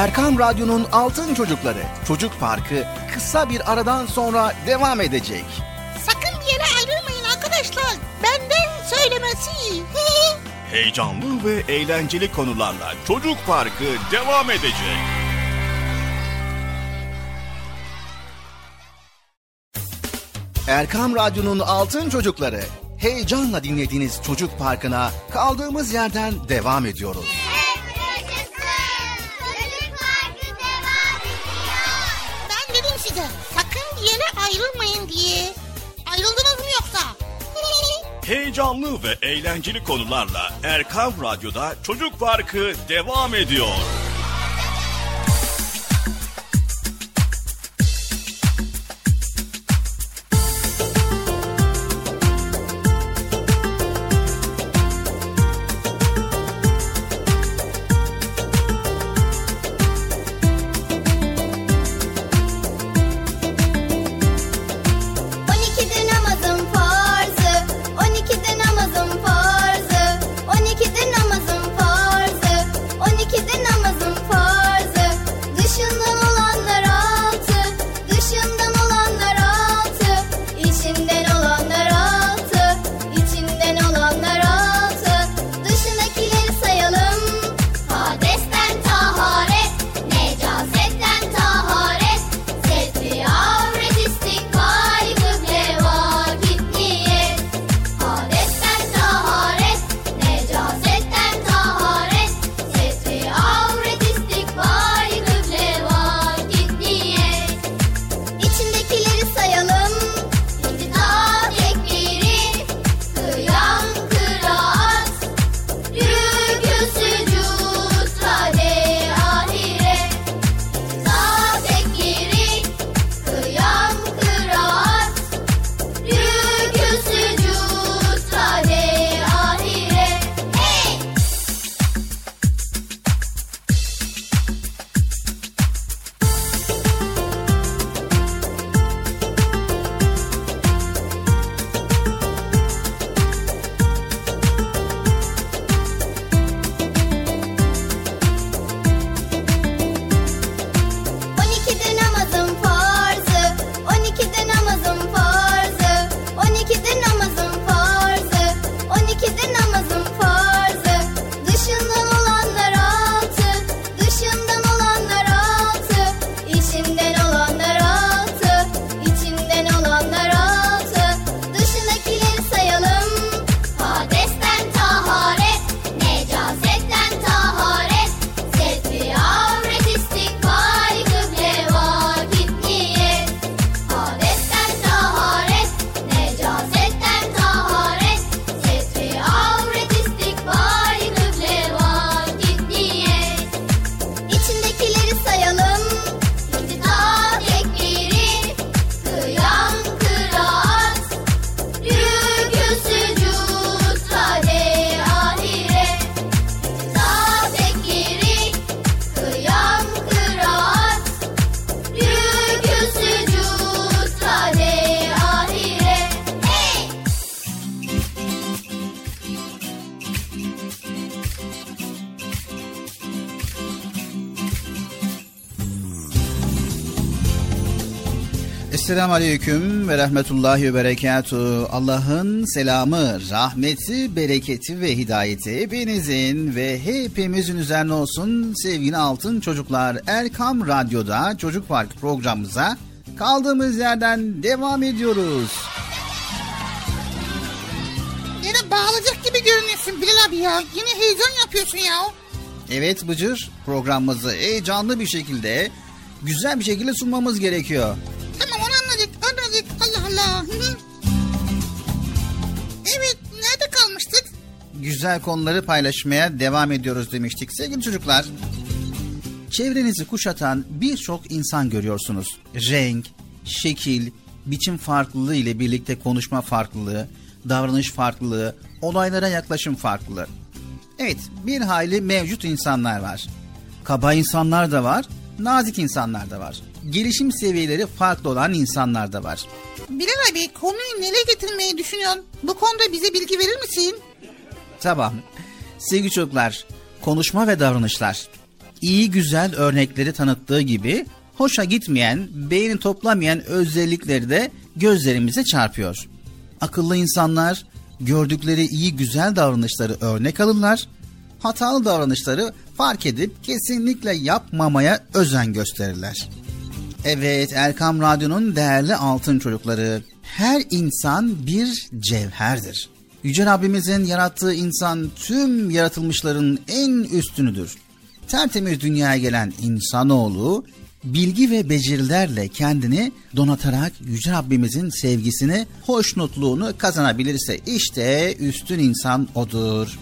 Erkam Radyo'nun Altın Çocukları Çocuk Parkı kısa bir aradan sonra devam edecek. Sakın bir yere ayrılmayın arkadaşlar. Benden söylemesi. Heyecanlı ve eğlenceli konularla Çocuk Parkı devam edecek. Erkam Radyo'nun Altın Çocukları, heyecanla dinlediğiniz Çocuk Parkı'na kaldığımız yerden devam ediyoruz. Ben dedim size sakın bir yere ayrılmayın diye. Ayrıldınız mı yoksa? Heyecanlı ve eğlenceli konularla Erkam Radyo'da Çocuk Parkı devam ediyor. Esselamu Aleyküm ve Rahmetullahi ve Berekatuhu. Allah'ın selamı, rahmeti, bereketi ve hidayeti hepinizin ve hepimizin üzerine olsun sevgili altın çocuklar. Erkam Radyo'da Çocuk Park programımıza kaldığımız yerden devam ediyoruz. Yine bağlayacak gibi görünüyorsun Bilal abi ya. Yine heyecan yapıyorsun ya. Evet Bıcır, programımızı heyecanlı bir şekilde, güzel bir şekilde sunmamız gerekiyor. Tamam onu anladık, anladık. Allah Allah. Evet, nerede kalmıştık? Güzel konuları paylaşmaya devam ediyoruz demiştik. Sevgili çocuklar, çevrenizi kuşatan birçok insan görüyorsunuz. Renk, şekil, biçim farklılığı ile birlikte konuşma farklılığı, davranış farklılığı, olaylara yaklaşım farklılığı. Evet, bir hayli mevcut insanlar var. Kaba insanlar da var, nazik insanlar da var. Gelişim seviyeleri farklı olan insanlar da var. Bilal abi, konuyu nereye getirmeyi düşünüyorsun? Bu konuda bize bilgi verir misin? Tamam. Sevgili çocuklar, konuşma ve davranışlar. iyi güzel örnekleri tanıttığı gibi hoşa gitmeyen, beğeni toplamayan özellikleri de gözlerimize çarpıyor. Akıllı insanlar gördükleri iyi güzel davranışları örnek alırlar, hatalı davranışları fark edip kesinlikle yapmamaya özen gösterirler. Evet, Erkam Radyo'nun değerli altın çocukları, her insan bir cevherdir. Yüce Rabbimizin yarattığı insan tüm yaratılmışların en üstünüdür. Tertemiz dünyaya gelen insanoğlu bilgi ve becerilerle kendini donatarak Yüce Rabbimizin sevgisini, hoşnutluğunu kazanabilirse işte üstün insan odur.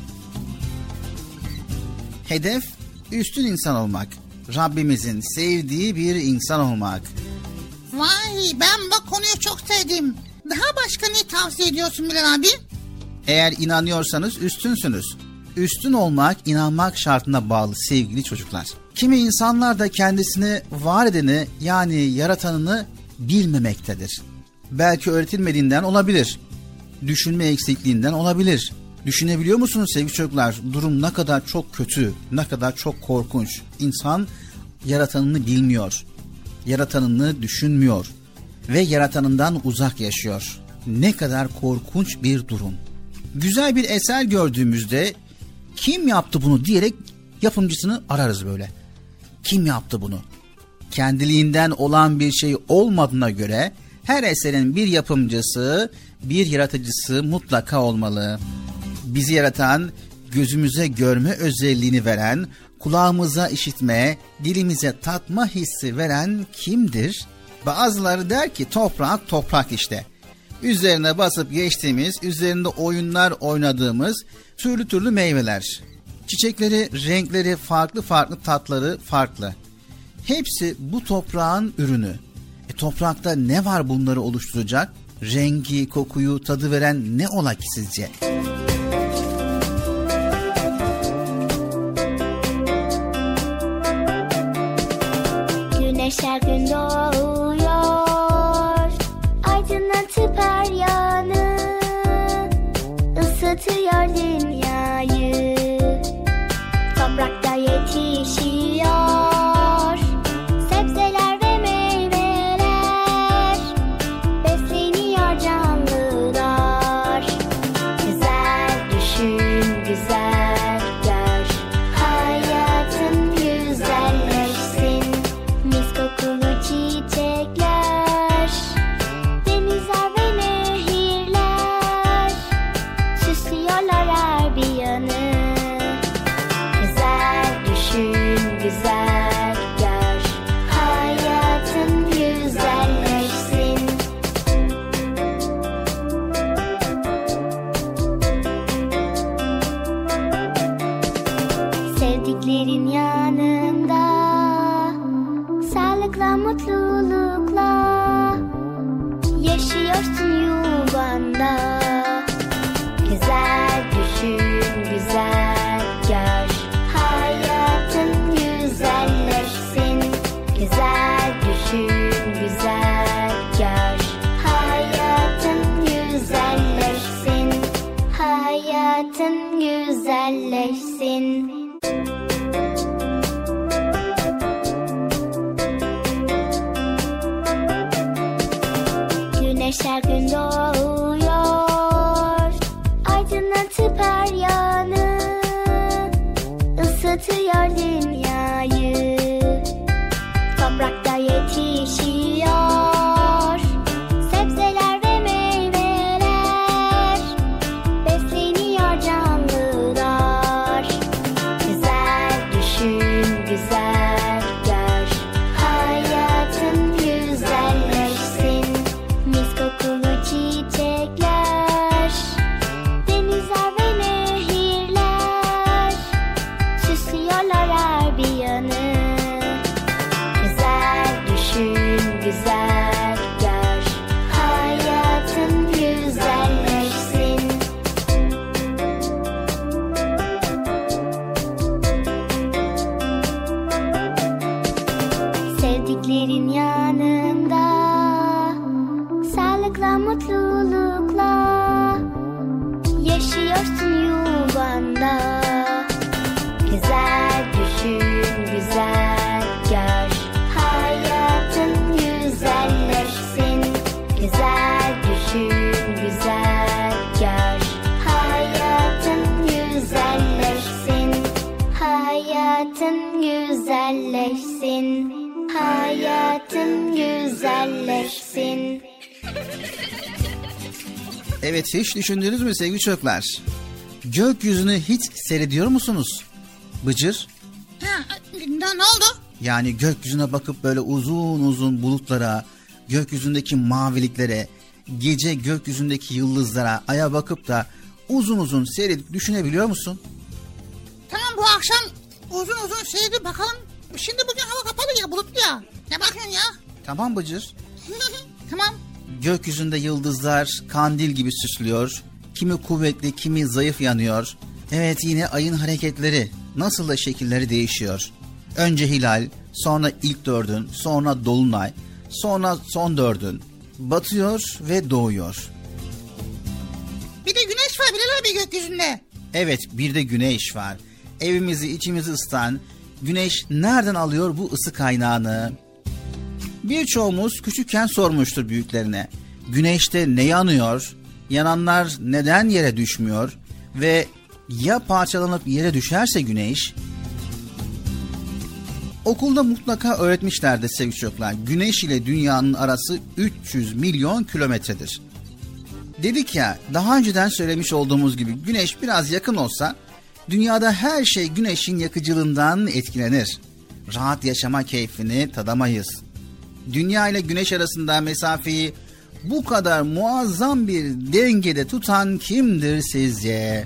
Hedef üstün insan olmak, Rabbimizin sevdiği bir insan olmak. Vay, ben bu konuyu çok sevdim. Daha başka ne tavsiye ediyorsun Bilal abi? Eğer inanıyorsanız üstünsünüz. Üstün olmak, inanmak şartına bağlı sevgili çocuklar. Kimi insanlar da kendisini var edeni, yani yaratanını bilmemektedir. Belki öğretilmediğinden olabilir. Düşünme eksikliğinden olabilir. Düşünebiliyor musunuz sevgili çocuklar? Durum ne kadar çok kötü, ne kadar çok korkunç. İnsan yaratanını bilmiyor. Yaratanını düşünmüyor. Ve yaratanından uzak yaşıyor. Ne kadar korkunç bir durum. Güzel bir eser gördüğümüzde kim yaptı bunu diyerek yapımcısını ararız böyle. Kim yaptı bunu? Kendiliğinden olan bir şey olmadığına göre her eserin bir yapımcısı, bir yaratıcısı mutlaka olmalı. Bizi yaratan, gözümüze görme özelliğini veren, kulağımıza işitme, dilimize tatma hissi veren kimdir? Bazıları der ki toprak toprak işte. Üzerine basıp geçtiğimiz, üzerinde oyunlar oynadığımız türlü türlü meyveler. Çiçekleri, renkleri farklı, farklı tatları farklı. Hepsi bu toprağın ürünü. E, toprakta ne var bunları oluşturacak? Rengi, kokuyu, tadı veren ne ola ki sizce? Güneş her gün doğuyor, aydınlatıp her yanı, ısıtıyor dünyayı. Toprakta yetişiyor sebzeler ve meyveler, besleniyor canlılar. Güzel düşün, güzel gör, hayatın güzelleşsin. Mis kokulu çiçekler, denizler ve nehirler, süslüyorlar her bir yanı. Güzel düşün, güzel gör, hayatın güzelleşsin. Sevdiklerin yanında, sağlıkla, mutlulukla yaşıyorsun yuvanda. Güzel düşün, güzel gör, hayatın güzelleşsin. Güzel düşün, güzel gör, hayatın güzelleşsin. Hayatın güzelleşsin. Güneş her gün doğuyor, aydınlatıp her yanı, ısıtıyor dünyayı. Toprakta yetişiyor sebzeler ve meyveler, besleniyor canlılar. Güzel düşün, güzel gör, hayatın güzelleşsin. Mis kokulu çiçekler, denizler ve nehirler, süslüyorlar her bir yanı. Güzel düşün, güzel gör, hayatın güzelleşsin. Sevdiklerin yanında, sağlıkla, mutlulukla yaşıyorsun yuvanda. Güzel düşün, güzel göreceksin. Evet, hiç düşündünüz mü sevgili çocuklar? Gökyüzünü hiç seyrediyor musunuz? Bıcır? Ha, ne, ne oldu? Yani gökyüzüne bakıp böyle uzun uzun bulutlara, gökyüzündeki maviliklere, gece gökyüzündeki yıldızlara, aya bakıp da uzun uzun seyredip düşünebiliyor musun? Tamam, bu akşam uzun uzun seyredip bakalım. Şimdi bugün hava kapalı ya, bulutlu ya. Ne bakıyorsun ya? Tamam Bıcır. Tamam. Gökyüzünde yıldızlar kandil gibi süslüyor. Kimi kuvvetli, kimi zayıf yanıyor. Evet, yine ayın hareketleri, nasıl da şekilleri değişiyor. Önce hilal, sonra ilk dördün, sonra dolunay, sonra son dördün. Batıyor ve doğuyor. Bir de güneş var Bilal abi gökyüzünde. Evet, bir de güneş var. Evimizi, içimizi ısıtan güneş nereden alıyor bu ısı kaynağını? Birçoğumuz küçükken sormuştur büyüklerine. Güneşte ne yanıyor? Yananlar neden yere düşmüyor? Ve ya parçalanıp yere düşerse güneş? Okulda mutlaka öğretmişlerdi sevgili çocuklar. Güneş ile dünyanın arası üç yüz milyon kilometredir. Dedik ya, daha önceden söylemiş olduğumuz gibi güneş biraz yakın olsa dünyada her şey güneşin yakıcılığından etkilenir. Rahat yaşama keyfini tadamayız. Dünya ile güneş arasında mesafeyi bu kadar muazzam bir dengede tutan kimdir sizce?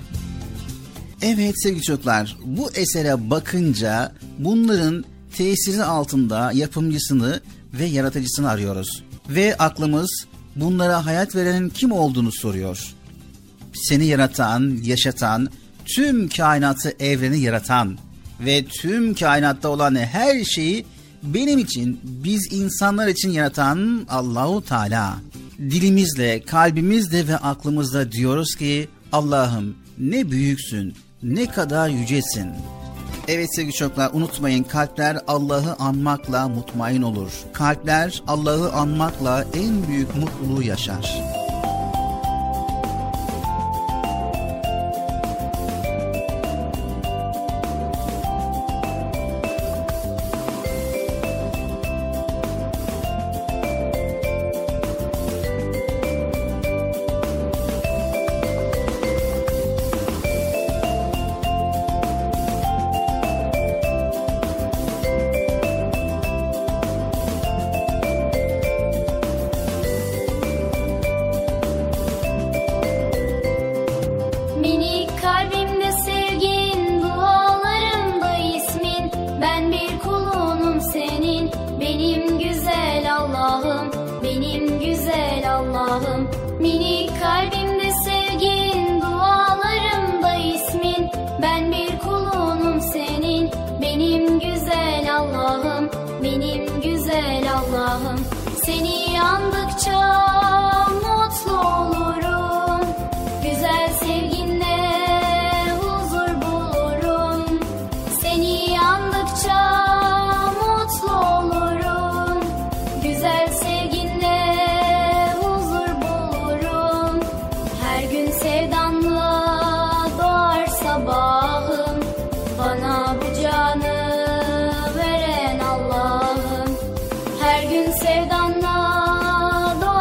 Evet sevgili çocuklar, bu esere bakınca bunların tesiri altında yapımcısını ve yaratıcısını arıyoruz. Ve aklımız bunlara hayat verenin kim olduğunu soruyor. Seni yaratan, yaşatan, tüm kainatı, evreni yaratan ve tüm kainatta olan her şeyi benim için, biz insanlar için yaratan Allahu Teala. Dilimizle, kalbimizle ve aklımızla diyoruz ki Allah'ım ne büyüksün, ne kadar yücesin. Evet sevgili çocuklar, unutmayın, kalpler Allah'ı anmakla mutmain olur. Kalpler Allah'ı anmakla en büyük mutluluğu yaşar. Sevdanla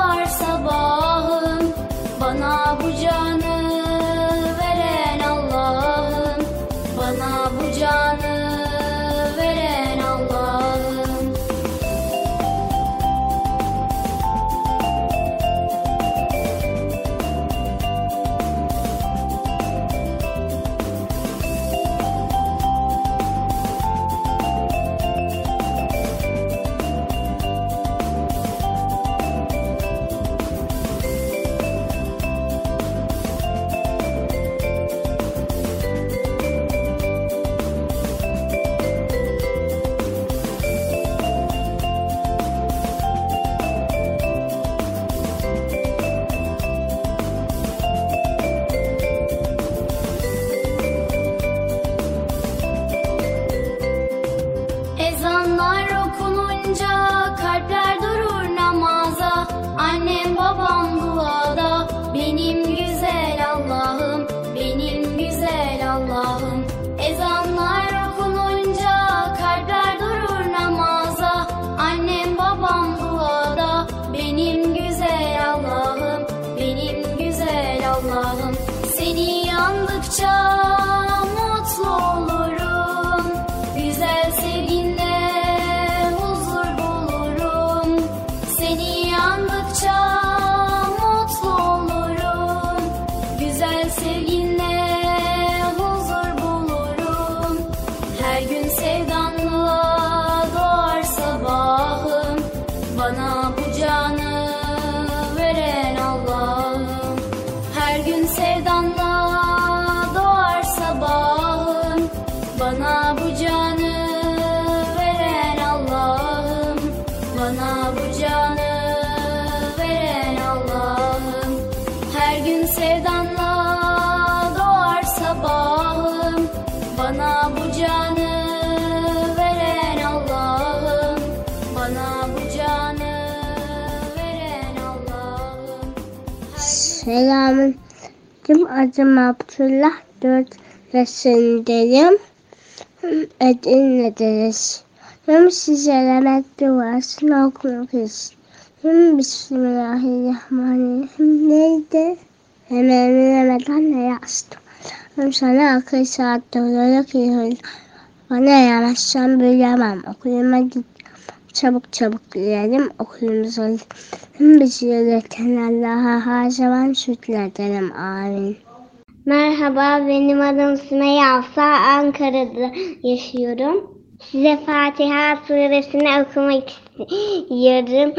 yandıkça mutlu olurum. Güzel sevginle huzur bulurum. Seni yandıkça mutlu olurum. Güzel sevginle huzur bulurum. Her gün sevdanla doğar sabahım. Bana bu canı veren Allah'ım. Her gün sevdanla doğar sabahım. Bana bu canı veren Allah'ım. Bana bu canı veren Allah'ım. Her gün sevdanla doğar sabahım. Bana bu canı veren Allah'ım. Bana bu canı veren Allah'ım. Selamün adım Abdullah, dört yaşındayım. Edirne'deyiz. Hem sizlere met duasını okumak istiyorum. Bismillahirrahmanirrahim. Neydi? Hemen Mehmet'ten ne yazdım? Hem sana akıl saatte olarak iyi olur. Bana yanaşsam bilemem. Okuluma git. Çabuk çabuk gidelim, okulumuza gidelim. Bizi yöneten Allah'a her zaman şükür ederim. Amin. Merhaba, benim adım Sümeyye Afsa. Ankara'da yaşıyorum. Size Fatiha suresini okumak istiyorum.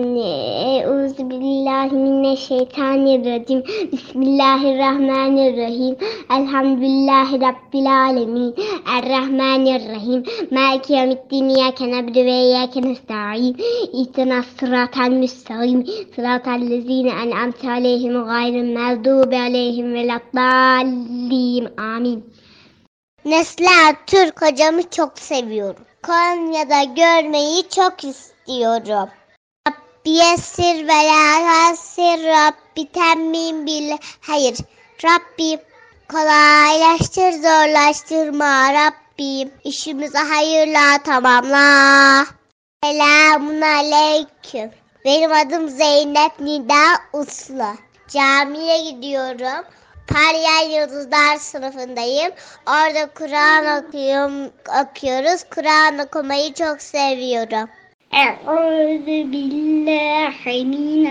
Euzubillahimineşşeytanirracim. Bismillahirrahmanirrahim. Elhamdülillahi Rabbil alemin. Errahmanirrahim. Maliki yevmiddin. İyyâke na'budu ve iyyâke nesta'in. İhdinas sıratal müstakîm. Sıratal lezîne en'amte aleyhim gayril mağdûbi aleyhim veleddâllîn. Amin. Neslihan Türk hocamı çok seviyorum. Konya'da görmeyi çok istiyorum. Rabbi yessir ve la hassir, Rabbi temmin bil. Hayır, Rabbi kolaylaştır, zorlaştırma Rabbim. İşimizi hayırla tamamla. Selamun aleyküm. Benim adım Zeynep Nida Uslu. Camiye gidiyorum. Parlayan Yıldızlar sınıfındayım. Orada Kur'an okuyorum, okuyoruz. Kur'an okumayı çok seviyorum. Eûzü billahi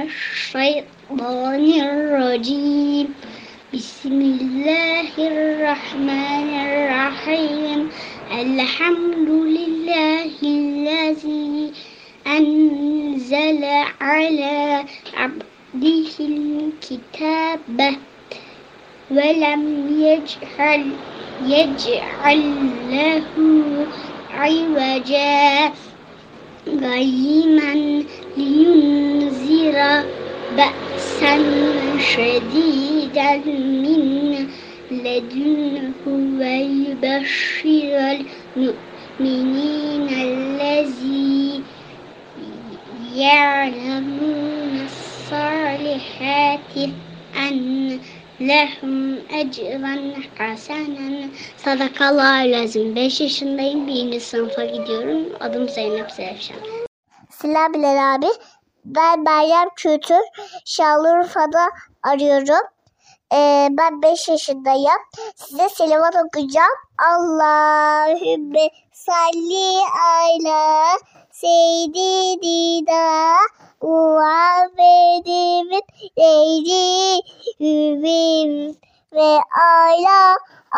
mineşşeytanirracim. Bismillahirrahmanirrahim. Elhamdülillahillezî enzele ala abdihil kitabe وَلَمْ يَجْعَلْ يَجْعَلْ لَهُ عِوَجًا قَيِّمًا لِيُنْذِرَ بَأْسًا شَدِيدًا مِنْ لَدُنْهُ وَيُبَشِّرَ الْمُؤْمِنِينَ الَّذِينَ يَعْمَلُونَ الصَّالِحَاتِ أَنَّ lehum ecran hasanen. Sadakallahü'l-azim. beş yaşındayım. birinci sınıfa gidiyorum. Adım Zeynep Zevşan. Selam Bilal abi. Ben Meryem Kültür. Şanlıurfa'da arıyorum. Ee, ben beş yaşındayım. Size selavat okuyacağım. Allahümme salli ala seyyidina Muhammed'in neydi hübim ve ala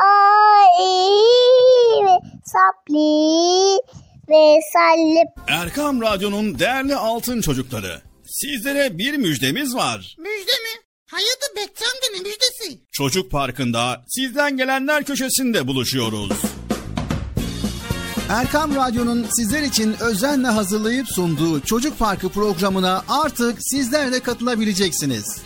ayı ve sapli ve sallim. Erkam Radyo'nun değerli altın çocukları, sizlere bir müjdemiz var. Müjde mi? Hayırdır Bekçi amca, ne müjdesi? Çocuk Parkı'nda sizden gelenler köşesinde buluşuyoruz. Erkam Radyo'nun sizler için özenle hazırlayıp sunduğu Çocuk Parkı programına artık sizler de katılabileceksiniz.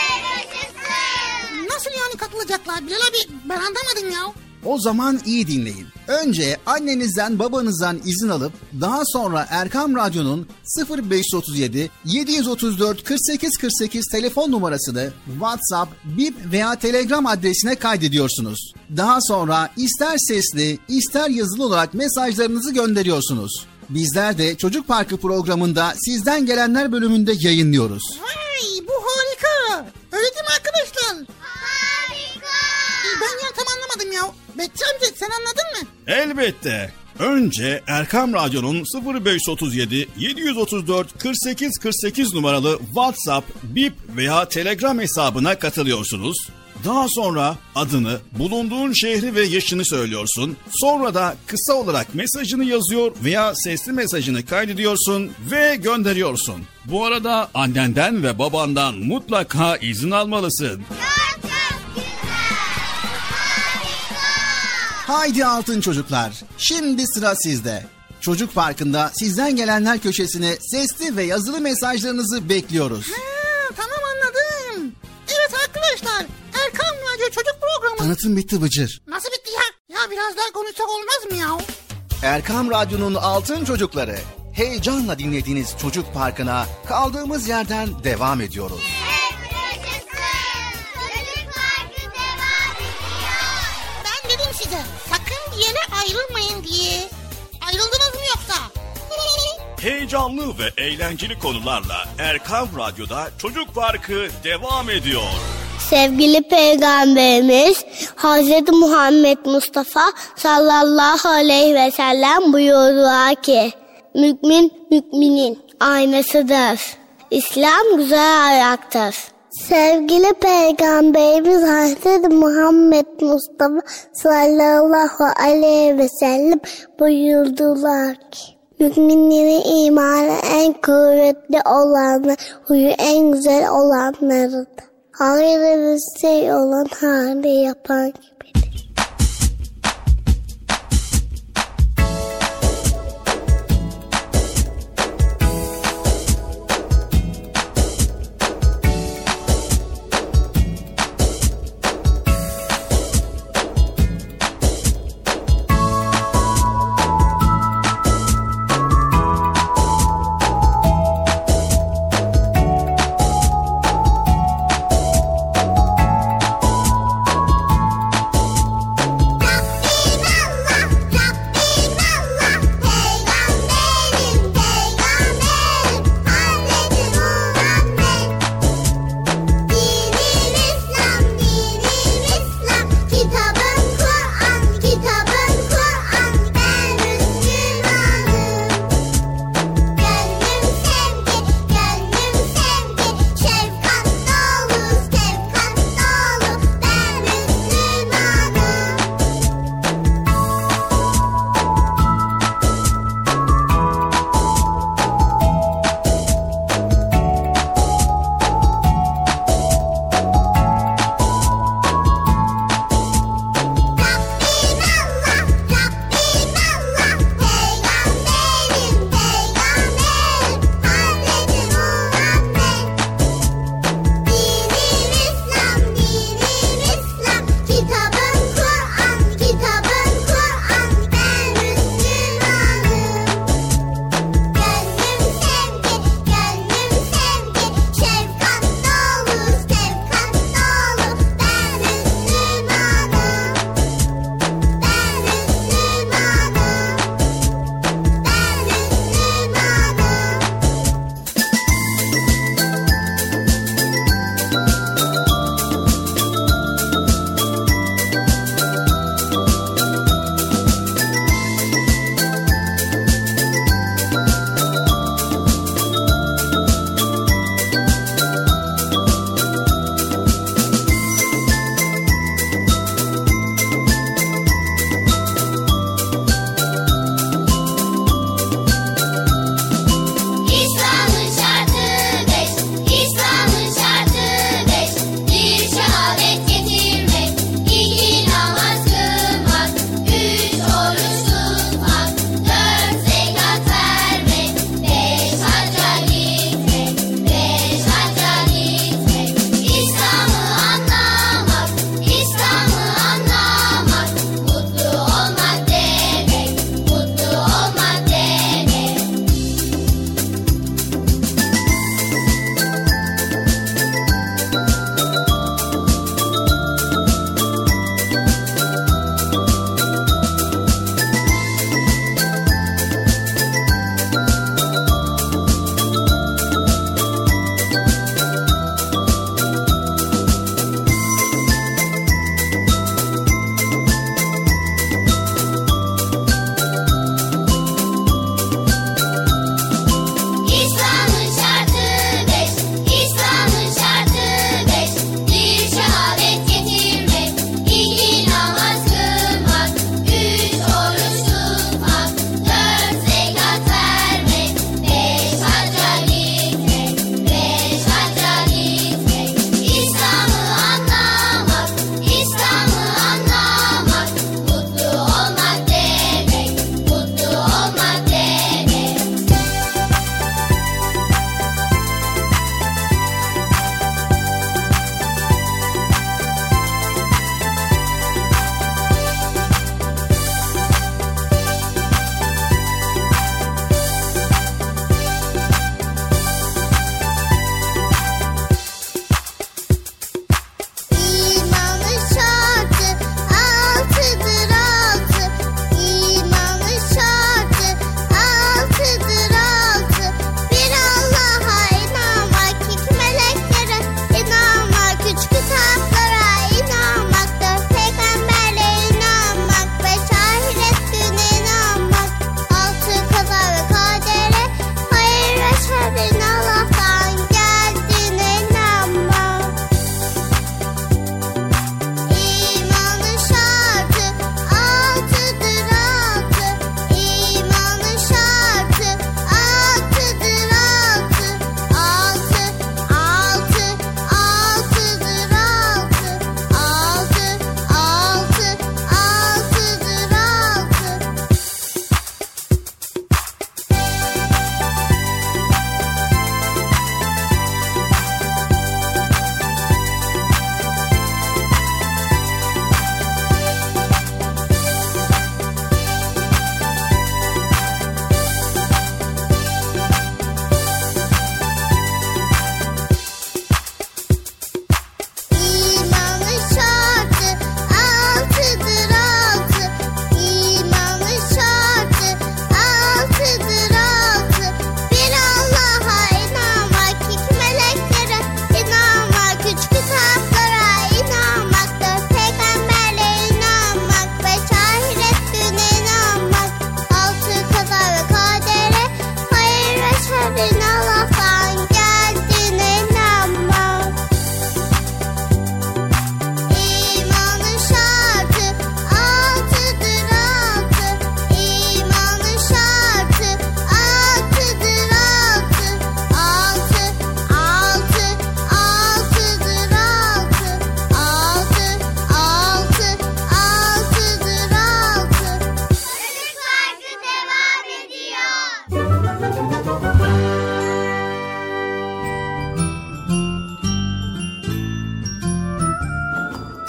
Nasıl yani katılacaklar Bilal abi? Ben anlamadım ya. O zaman iyi dinleyin. Önce annenizden babanızdan izin alıp daha sonra Erkam Radyo'nun sıfır beş otuz yedi yedi otuz dört kırk sekiz kırk sekiz telefon numarasını WhatsApp, Bip veya Telegram adresine kaydediyorsunuz. Daha sonra ister sesli ister yazılı olarak mesajlarınızı gönderiyorsunuz. Bizler de Çocuk Parkı programında sizden gelenler bölümünde yayınlıyoruz. Vay, bu harika. Öyle değil mi arkadaşlar? Harika. Ben ya tam anlamadım. Betçi amca sen anladın mı? Elbette. Önce Erkam Radyo'nun sıfır beş otuz yedi yedi otuz dört kırk sekiz kırk sekiz numaralı WhatsApp, Bip veya Telegram hesabına katılıyorsunuz. Daha sonra adını, bulunduğun şehri ve yaşını söylüyorsun. Sonra da kısa olarak mesajını yazıyor veya sesli mesajını kaydediyorsun ve gönderiyorsun. Bu arada annenden ve babandan mutlaka izin almalısın. Haydi altın çocuklar, şimdi sıra sizde. Çocuk Parkı'nda sizden gelenler köşesine sesli ve yazılı mesajlarınızı bekliyoruz. Ha, tamam anladım. Evet arkadaşlar, Erkam Radyo Çocuk Programı. Tanıtım bitti Bıcır. Nasıl bitti ya? Ya biraz daha konuşsak olmaz mı ya? Erkam Radyo'nun altın çocukları. Heyecanla dinlediğiniz Çocuk Parkı'na kaldığımız yerden devam ediyoruz. Ben dedim size, sakın bir yere ayrılmayın diye. Ayrıldınız mı yoksa? Heyecanlı ve eğlenceli konularla Erkam Radyo'da Çocuk Parkı devam ediyor. Sevgili Peygamberimiz Hazreti Muhammed Mustafa sallallahu aleyhi ve sellem buyurdu ki, mümin müminin aynasıdır. İslam güzel ayaktır. Sevgili Peygamberimiz Hazreti Muhammed Mustafa sallallahu aleyhi ve sellem buyurdular ki, müminlerin imanı en kuvvetli olanı, huyu en güzel olanlarıdır. Hayırlı bir şey olan hali yapan gibidir.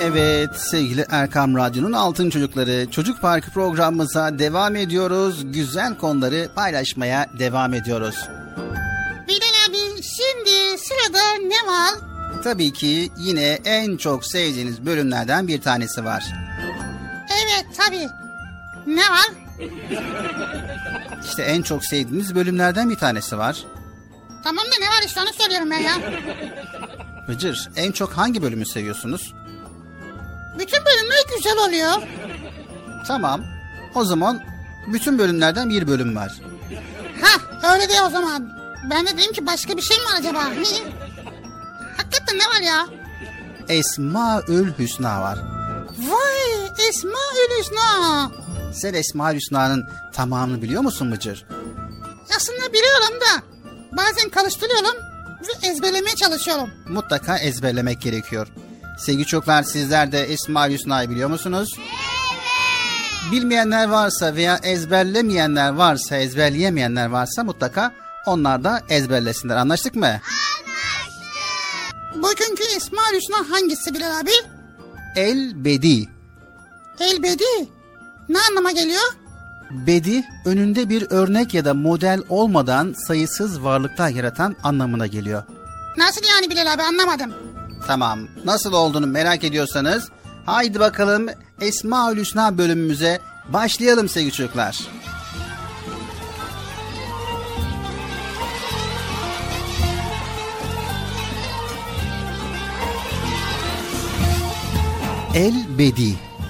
Evet sevgili Erkam Radyo'nun Altın Çocukları Çocuk Parkı programımıza devam ediyoruz. Güzel konuları paylaşmaya devam ediyoruz. Bilal abi şimdi sırada ne var? Tabii ki yine en çok sevdiğiniz bölümlerden bir tanesi var. Evet tabii. Ne var? İşte en çok sevdiğiniz bölümlerden bir tanesi var. Tamam da ne var işte onu soruyorum ben ya. Bıcır, en çok hangi bölümü seviyorsunuz? Bütün bölümler güzel oluyor. Tamam. O zaman bütün bölümlerden bir bölüm var. Ha öyle de o zaman. Ben de dedim ki başka bir şey mi var acaba? Hakikaten ne var ya? Esmaül Hüsna var. Vay Esmaül Hüsna. Sen Esmaül Hüsna'nın tamamını biliyor musun Bıcır? Aslında biliyorum da bazen karıştırıyorum ve ezberlemeye çalışıyorum. Mutlaka ezberlemek gerekiyor. Sevgili çocuklar, sizler de Esmaül Hüsna'yı biliyor musunuz? Evet. Bilmeyenler varsa veya ezberlemeyenler varsa, ezberleyemeyenler varsa mutlaka onlar da ezberlesinler. Anlaştık mı? Anlaştık. Bugünkü Esmaül Hüsna hangisi Bilal abi? El-Bedi. El-Bedi? Ne anlama geliyor? Bedi, önünde bir örnek ya da model olmadan sayısız varlıklar yaratan anlamına geliyor. Nasıl yani Bilal abi, anlamadım. Tamam, nasıl olduğunu merak ediyorsanız haydi bakalım Esmaül Hüsna bölümümüze başlayalım sevgili çocuklar. El-Bedi.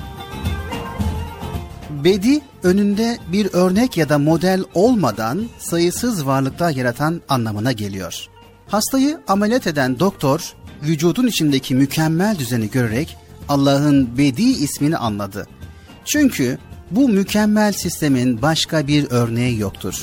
Bedi, önünde bir örnek ya da model olmadan sayısız varlıklar yaratan anlamına geliyor. Hastayı ameliyat eden doktor, vücudun içindeki mükemmel düzeni görerek Allah'ın Bedi ismini anladı. Çünkü bu mükemmel sistemin başka bir örneği yoktur.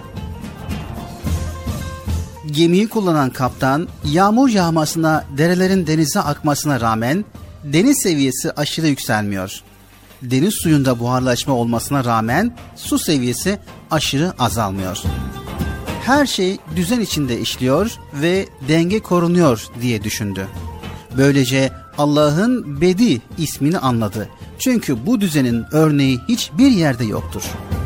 Gemiyi kullanan kaptan, yağmur yağmasına, derelerin denize akmasına rağmen deniz seviyesi aşırı yükselmiyor. Deniz suyunda buharlaşma olmasına rağmen su seviyesi aşırı azalmıyor. Her şey düzen içinde işliyor ve denge korunuyor diye düşündü. Böylece Allah'ın Bedi ismini anladı. Çünkü bu düzenin örneği hiçbir yerde yoktur.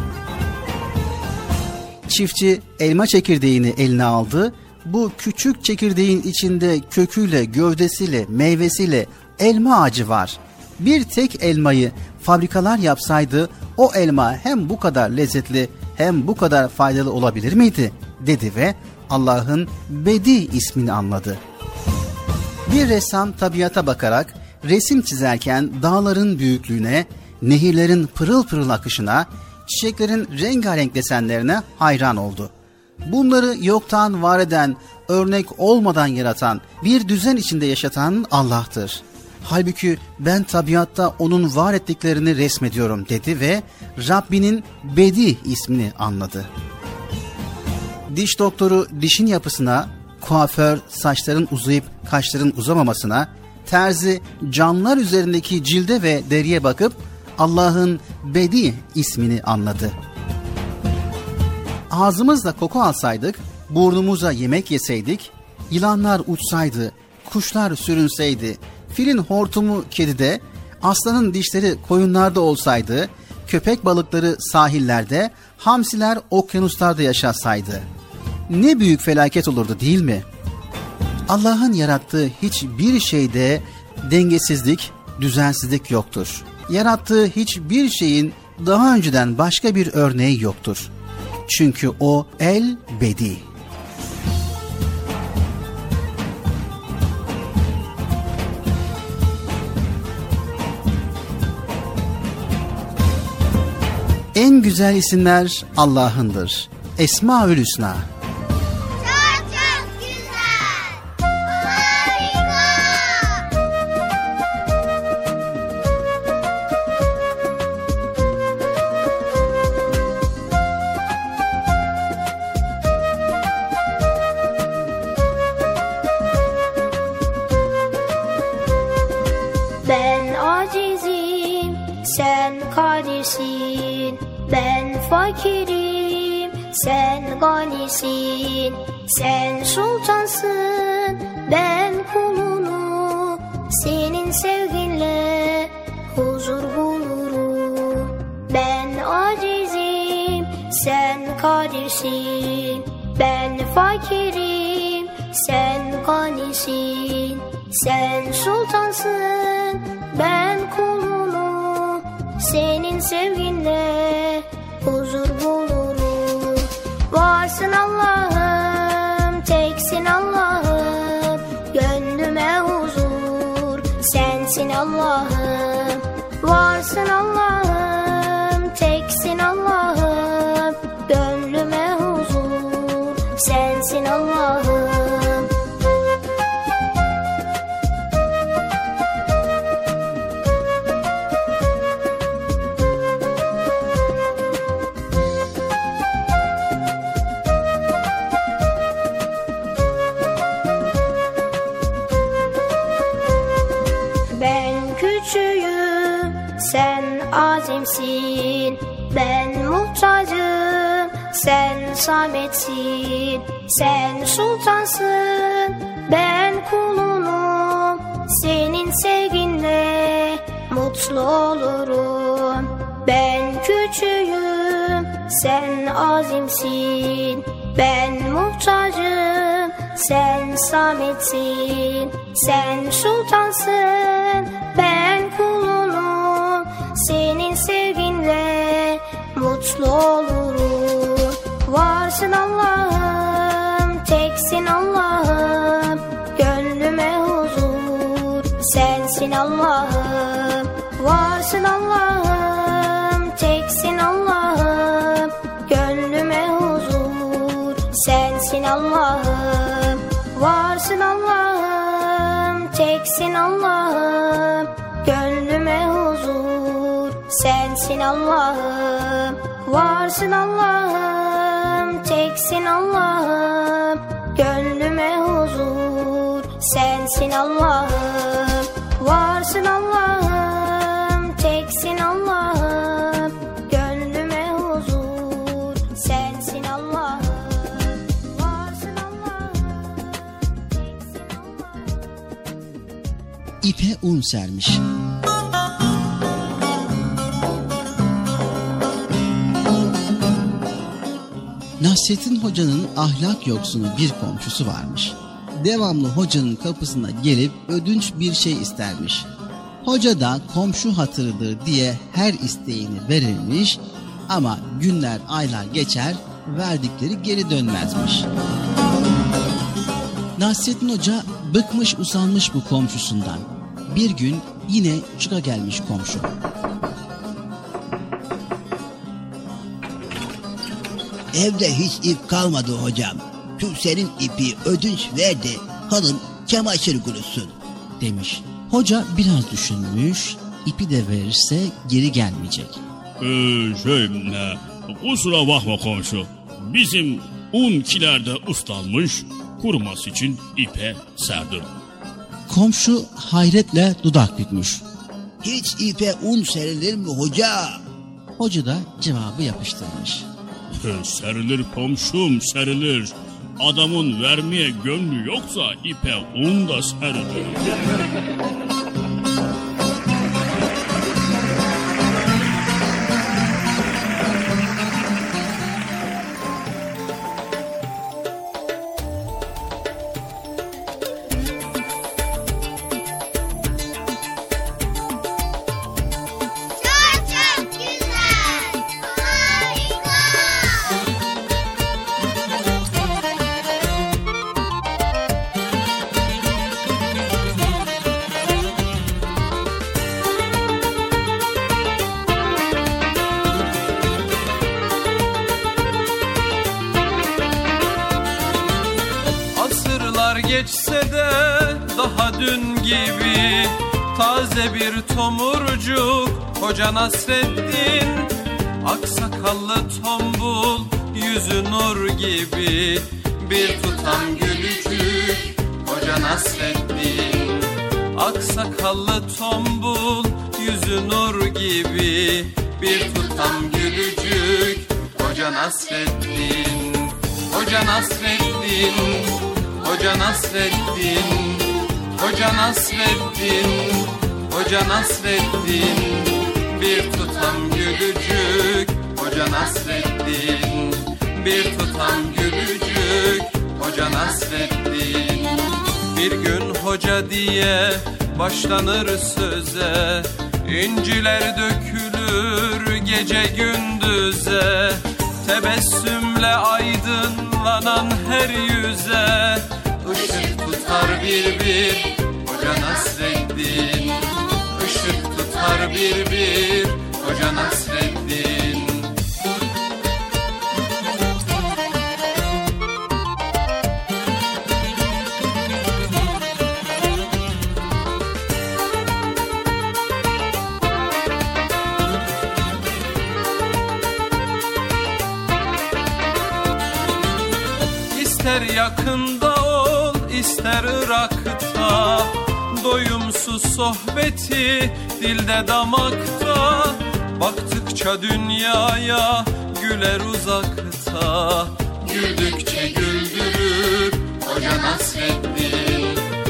Çiftçi elma çekirdeğini eline aldı. Bu küçük çekirdeğin içinde köküyle, gövdesiyle, meyvesiyle elma ağacı var. Bir tek elmayı fabrikalar yapsaydı o elma hem bu kadar lezzetli hem bu kadar faydalı olabilir miydi? Dedi ve Allah'ın Bedi ismini anladı. Bir ressam tabiata bakarak resim çizerken dağların büyüklüğüne, nehirlerin pırıl pırıl akışına, çiçeklerin rengarenk desenlerine hayran oldu. Bunları yoktan var eden, örnek olmadan yaratan, bir düzen içinde yaşatan Allah'tır. Halbuki ben tabiatta onun var ettiklerini resmediyorum dedi ve Rabbinin Bedi ismini anladı. Diş doktoru dişin yapısına, kuaför saçların uzayıp kaşların uzamamasına, terzi canlılar üzerindeki cilde ve deriye bakıp Allah'ın Bedi ismini anladı. Ağzımızla koku alsaydık, burnumuza yemek yeseydik, yılanlar uçsaydı, kuşlar sürünseydi, filin hortumu kedide, aslanın dişleri koyunlarda olsaydı, köpek balıkları sahillerde, hamsiler okyanuslarda yaşasaydı, ne büyük felaket olurdu değil mi? Allah'ın yarattığı hiçbir şeyde dengesizlik, düzensizlik yoktur. Yarattığı hiçbir şeyin daha önceden başka bir örneği yoktur. Çünkü o El-Bedi. En güzel isimler Allah'ındır. Esmaül Hüsna. Çok çok güzel. Harika. Ben acizim, sen kadirsin. Ben fakirim, sen ganisin. Sen sultansın, ben kulunu. Senin sevginle huzur bulurum. Ben acizim, sen kadirsin. Ben fakirim, sen ganisin. Sen sultansın, ben kulunum. Senin sevginle huzur bulurum. Varsın Allah'ım, teksin Allah'ım. Gönlüme huzur, sensin Allah'ım. Varsın Allah'ım, teksin Allah'ım. Gönlüme huzur, sensin Allah'ım. Sen azimsin, ben muhtacım, sen sametsin. Sen sultansın, ben kulunum. Senin sevginle mutlu olurum. Ben küçüğüm, sen azimsin. Ben muhtacım, sen sametsin. Sen sultansın, ben kulunum. Senin sevginle mutlu olurum. Varsın Allah'ım, teksin Allah'ım. Gönlüme huzur, sensin Allah'ım. Varsın Allah'ım, teksin Allah'ım. Gönlüme huzur, sensin Allah'ım. Varsın Allah'ım, teksin Allah'ım. Gönlüme huzur, sensin Allah'ım. Varsın Allah'ım, teksin Allah'ım. Gönlüme huzur, sensin Allah'ım. Varsın Allah'ım, teksin Allah'ım. Gönlüme huzur, sensin Allah'ım. Varsın Allah'ım, teksin Allah'ım. İpe un sermiş. Nasrettin Hoca'nın ahlak yoksunu bir komşusu varmış. Devamlı hocanın kapısına gelip ödünç bir şey istermiş. Hoca da komşu hatırıdır diye her isteğini verirmiş ama günler aylar geçer, verdikleri geri dönmezmiş. Nasrettin Hoca bıkmış usanmış bu komşusundan. Bir gün yine çıka gelmiş komşu. Evde hiç ip kalmadı hocam. Şu senin ipi ödünç ver de hanım çamaşır kurusun demiş. Hoca biraz düşünmüş, ipi de verirse geri gelmeyecek. Ee, şey, kusura bakma komşu. Bizim un kilerde ıslanmış, kuruması için ipe serdim. Komşu hayretle dudak bükmüş. Hiç ipe un serilir mi hoca? Hoca da cevabı yapıştırmış. Serilir komşum, serilir. Adamın vermeye gönlü yoksa ipe un da serilir. Geçse de daha dün gibi taze bir tomurcuk Hoca Nasreddin. Aksakallı tombul yüzü nur gibi bir tutam gülücük Hoca Nasreddin. Aksakallı tombul yüzü nur gibi bir tutam gülücük Hoca Nasreddin. Hoca Nasreddin, Hoca Nasreddin, Hoca Nasreddin, Hoca Nasreddin, bir tutam gülücük Hoca Nasreddin, bir tutam gülücük Hoca Nasreddin. Bir gün hoca diye başlanır söze, İnciler dökülür gece gündüze, tebessümle aydınlanan her yüze ışık tutar bir bir Hoca Nasreddin, ışık tutar bir bir Hoca Nasreddin. İster yakında ol, ister Irak'ta, doyumsuz sohbeti dilde damakta, baktıkça dünyaya güler uzakta, güldükçe güldürür Hoca Nasreddin.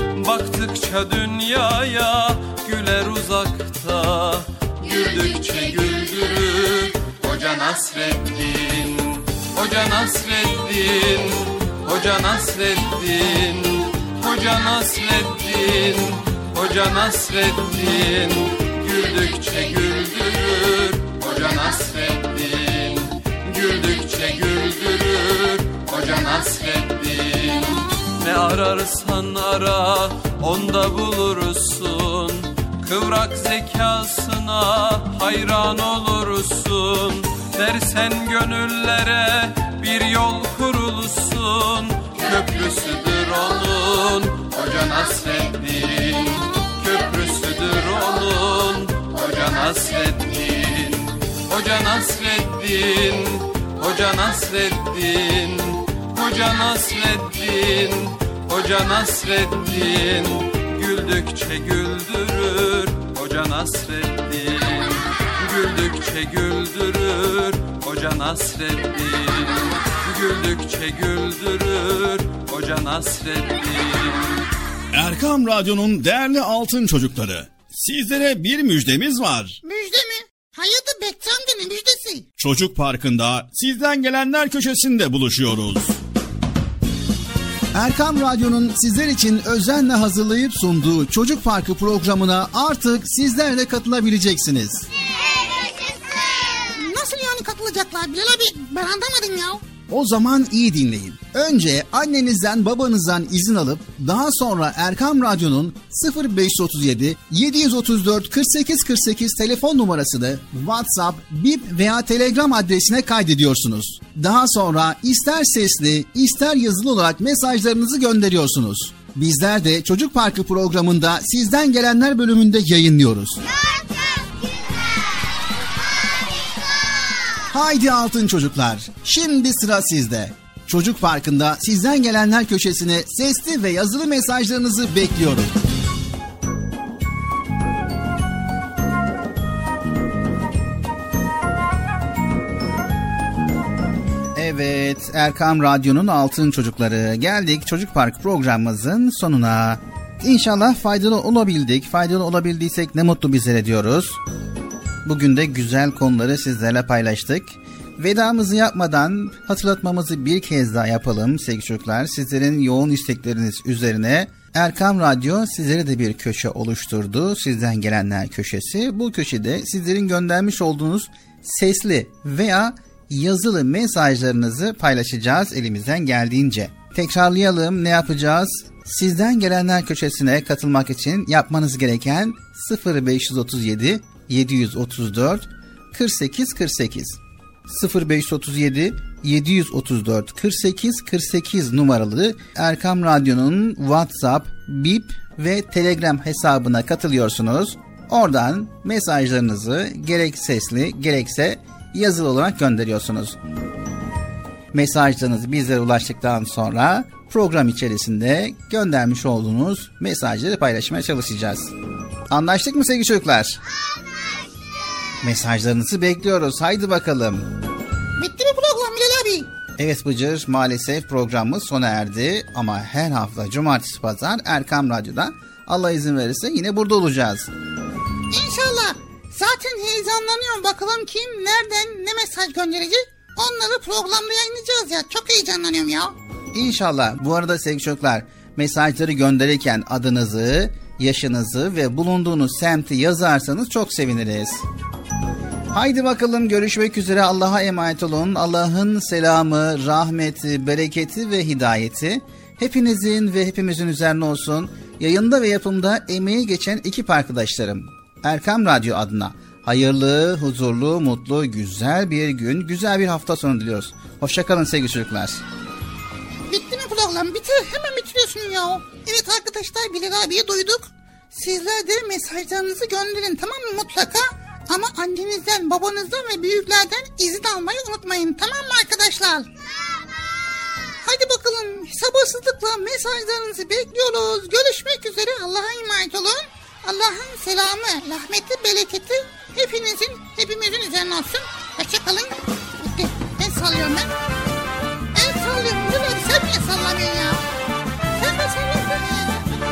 Baktıkça dünyaya güler uzakta, güldükçe güldürür Hoca Nasreddin. Hoca Nasreddin, Hoca Nasreddin, Hoca Nasreddin, Hoca Nasreddin, güldükçe güldürür Hoca Nasreddin, güldükçe güldürür Hoca Nasreddin. Ne ararsan ara onda bulursun, kıvrak zekasına hayran olursun. Dersen gönüllere bir yol kurulsun, köprüsüdür onun Hoca Nasreddin, köprüsüdür onun Hoca Nasreddin. Hoca Nasreddin, Hoca Nasreddin, Hoca Nasreddin, Hoca Nasreddin, güldükçe güldürür Hoca Nasreddin, güldükçe güldürür Hoca Nasreddin, güldükçe güldürür Hoca Nasreddin. Erkam Radyo'nun değerli altın çocukları, sizlere bir müjdemiz var. Müjde mi? Hayırdır Bekçi amca, ne müjdesi? Çocuk Parkı'nda sizden gelenler köşesinde buluşuyoruz. Erkam Radyo'nun sizler için özenle hazırlayıp sunduğu Çocuk Parkı programına artık sizler de katılabileceksiniz. Nasıl yani katılacaklar Bilal abi? Ben anlamadım ya. O zaman iyi dinleyin. Önce annenizden babanızdan izin alıp daha sonra Erkam Radyo'nun sıfır beş otuz yedi yedi otuz dört kırk sekiz kırk sekiz telefon numarasını WhatsApp, Bip veya Telegram adresine kaydediyorsunuz. Daha sonra ister sesli ister yazılı olarak mesajlarınızı gönderiyorsunuz. Bizler de Çocuk Parkı programında sizden gelenler bölümünde yayınlıyoruz. Haydi altın çocuklar, şimdi sıra sizde. Çocuk Parkı'nda sizden gelenler köşesine sesli ve yazılı mesajlarınızı bekliyorum. Evet, Erkam Radyo'nun altın çocukları, geldik Çocuk Parkı programımızın sonuna. İnşallah faydalı olabildik, faydalı olabildiysek ne mutlu bizlere diyoruz. Bugün de güzel konuları sizlerle paylaştık. Vedamızı yapmadan hatırlatmamızı bir kez daha yapalım sevgili çocuklar. Sizlerin yoğun istekleriniz üzerine Erkam Radyo sizlere de bir köşe oluşturdu. Sizden gelenler köşesi. Bu köşede sizlerin göndermiş olduğunuz sesli veya yazılı mesajlarınızı paylaşacağız elimizden geldiğince. Tekrarlayalım, ne yapacağız? Sizden gelenler köşesine katılmak için yapmanız gereken sıfır beş otuz yedi yedi otuz dört kırk sekiz kırk sekiz sıfır beş otuz yedi yedi otuz dört kırk sekiz kırk sekiz numaralı Erkam Radyo'nun WhatsApp, Bip ve Telegram hesabına katılıyorsunuz. Oradan mesajlarınızı gerek sesli gerekse yazılı olarak gönderiyorsunuz. Mesajlarınız bizlere ulaştıktan sonra program içerisinde göndermiş olduğunuz mesajları paylaşmaya çalışacağız. Anlaştık mı sevgili çocuklar? Mesajlarınızı bekliyoruz. Haydi bakalım. Bitti mi program Bilal abi? Evet Bıcır, maalesef programımız sona erdi. Ama her hafta cumartesi pazar Erkam Radyo'da Allah izin verirse yine burada olacağız. İnşallah. Zaten heyecanlanıyorum. Bakalım kim, nereden, ne mesaj gönderecek? Onları programda yayınlayacağız ya. Çok heyecanlanıyorum ya. İnşallah. Bu arada sevgili çocuklar, mesajları gönderirken adınızı, yaşınızı ve bulunduğunuz semti yazarsanız çok seviniriz. Haydi bakalım, görüşmek üzere. Allah'a emanet olun. Allah'ın selamı, rahmeti, bereketi ve hidayeti hepinizin ve hepimizin üzerine olsun. Yayında ve yapımda emeği geçen ekip arkadaşlarım, Erkam Radyo adına hayırlı, huzurlu, mutlu, güzel bir gün, güzel bir hafta sonu diliyoruz. Hoşçakalın sevgili çocuklar. Bitti mi program? Bitir. Hemen bitiriyorsun ya. Evet arkadaşlar, Bilal abiyi duyduk. Sizler de mesajlarınızı gönderin, tamam mı, mutlaka? Ama annenizden, babanızdan ve büyüklerden izin almayı unutmayın, tamam mı arkadaşlar? Tamam. Hadi bakalım, sabırsızlıkla mesajlarınızı bekliyoruz. Görüşmek üzere, Allah'a emanet olun. Allah'ın selamı, rahmeti, bereketi hepinizin, hepimizin üzerine olsun. Hoşçakalın. Bitti. Ben sallıyorum ben. Ben sallıyorum. Dur abi, sen niye sallamıyorsun ya? Sen de sallamıyorsun ya.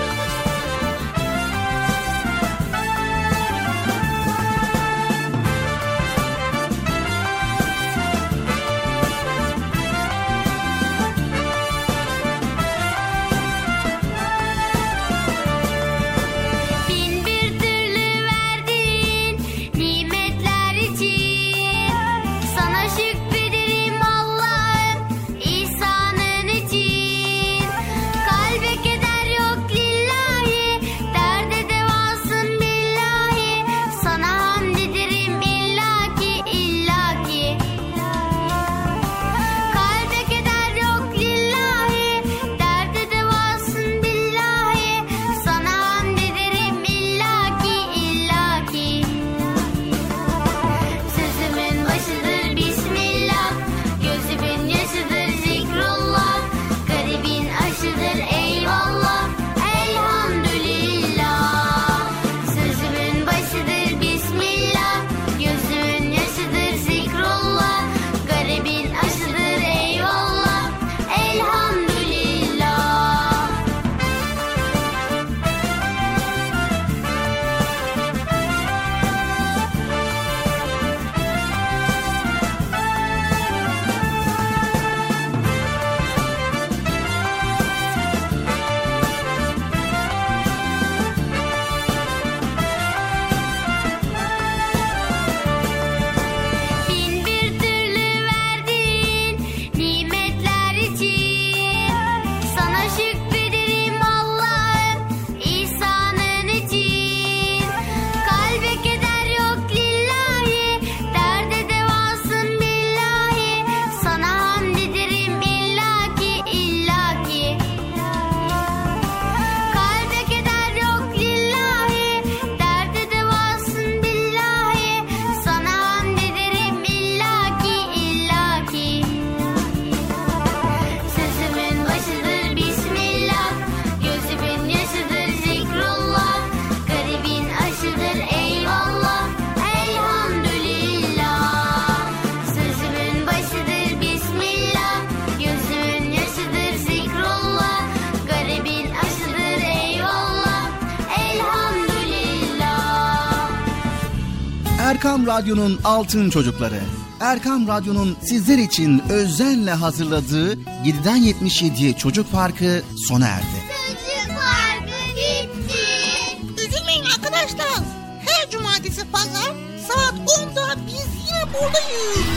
Erkam Radyo'nun Altın Çocukları. Erkam Radyo'nun sizler için özenle hazırladığı yediden yetmiş yediye Çocuk Parkı sona erdi. Çocuk Parkı bitti. Üzülmeyin arkadaşlar. Her cumartesi pazar saat onda biz yine buradayız.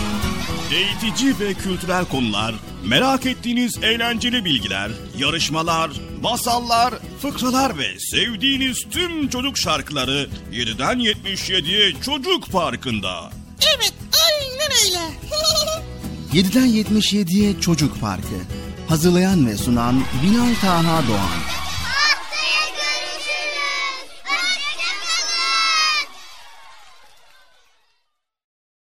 Eğitici ve kültürel konular, merak ettiğiniz eğlenceli bilgiler, yarışmalar, masallar, fıkralar ve sevdiğiniz tüm çocuk şarkıları yediden yetmiş yediye Çocuk Parkı'nda. Evet, aynen öyle. yediden yetmiş yediye Çocuk Parkı. Hazırlayan ve sunan Binal Taha Doğan.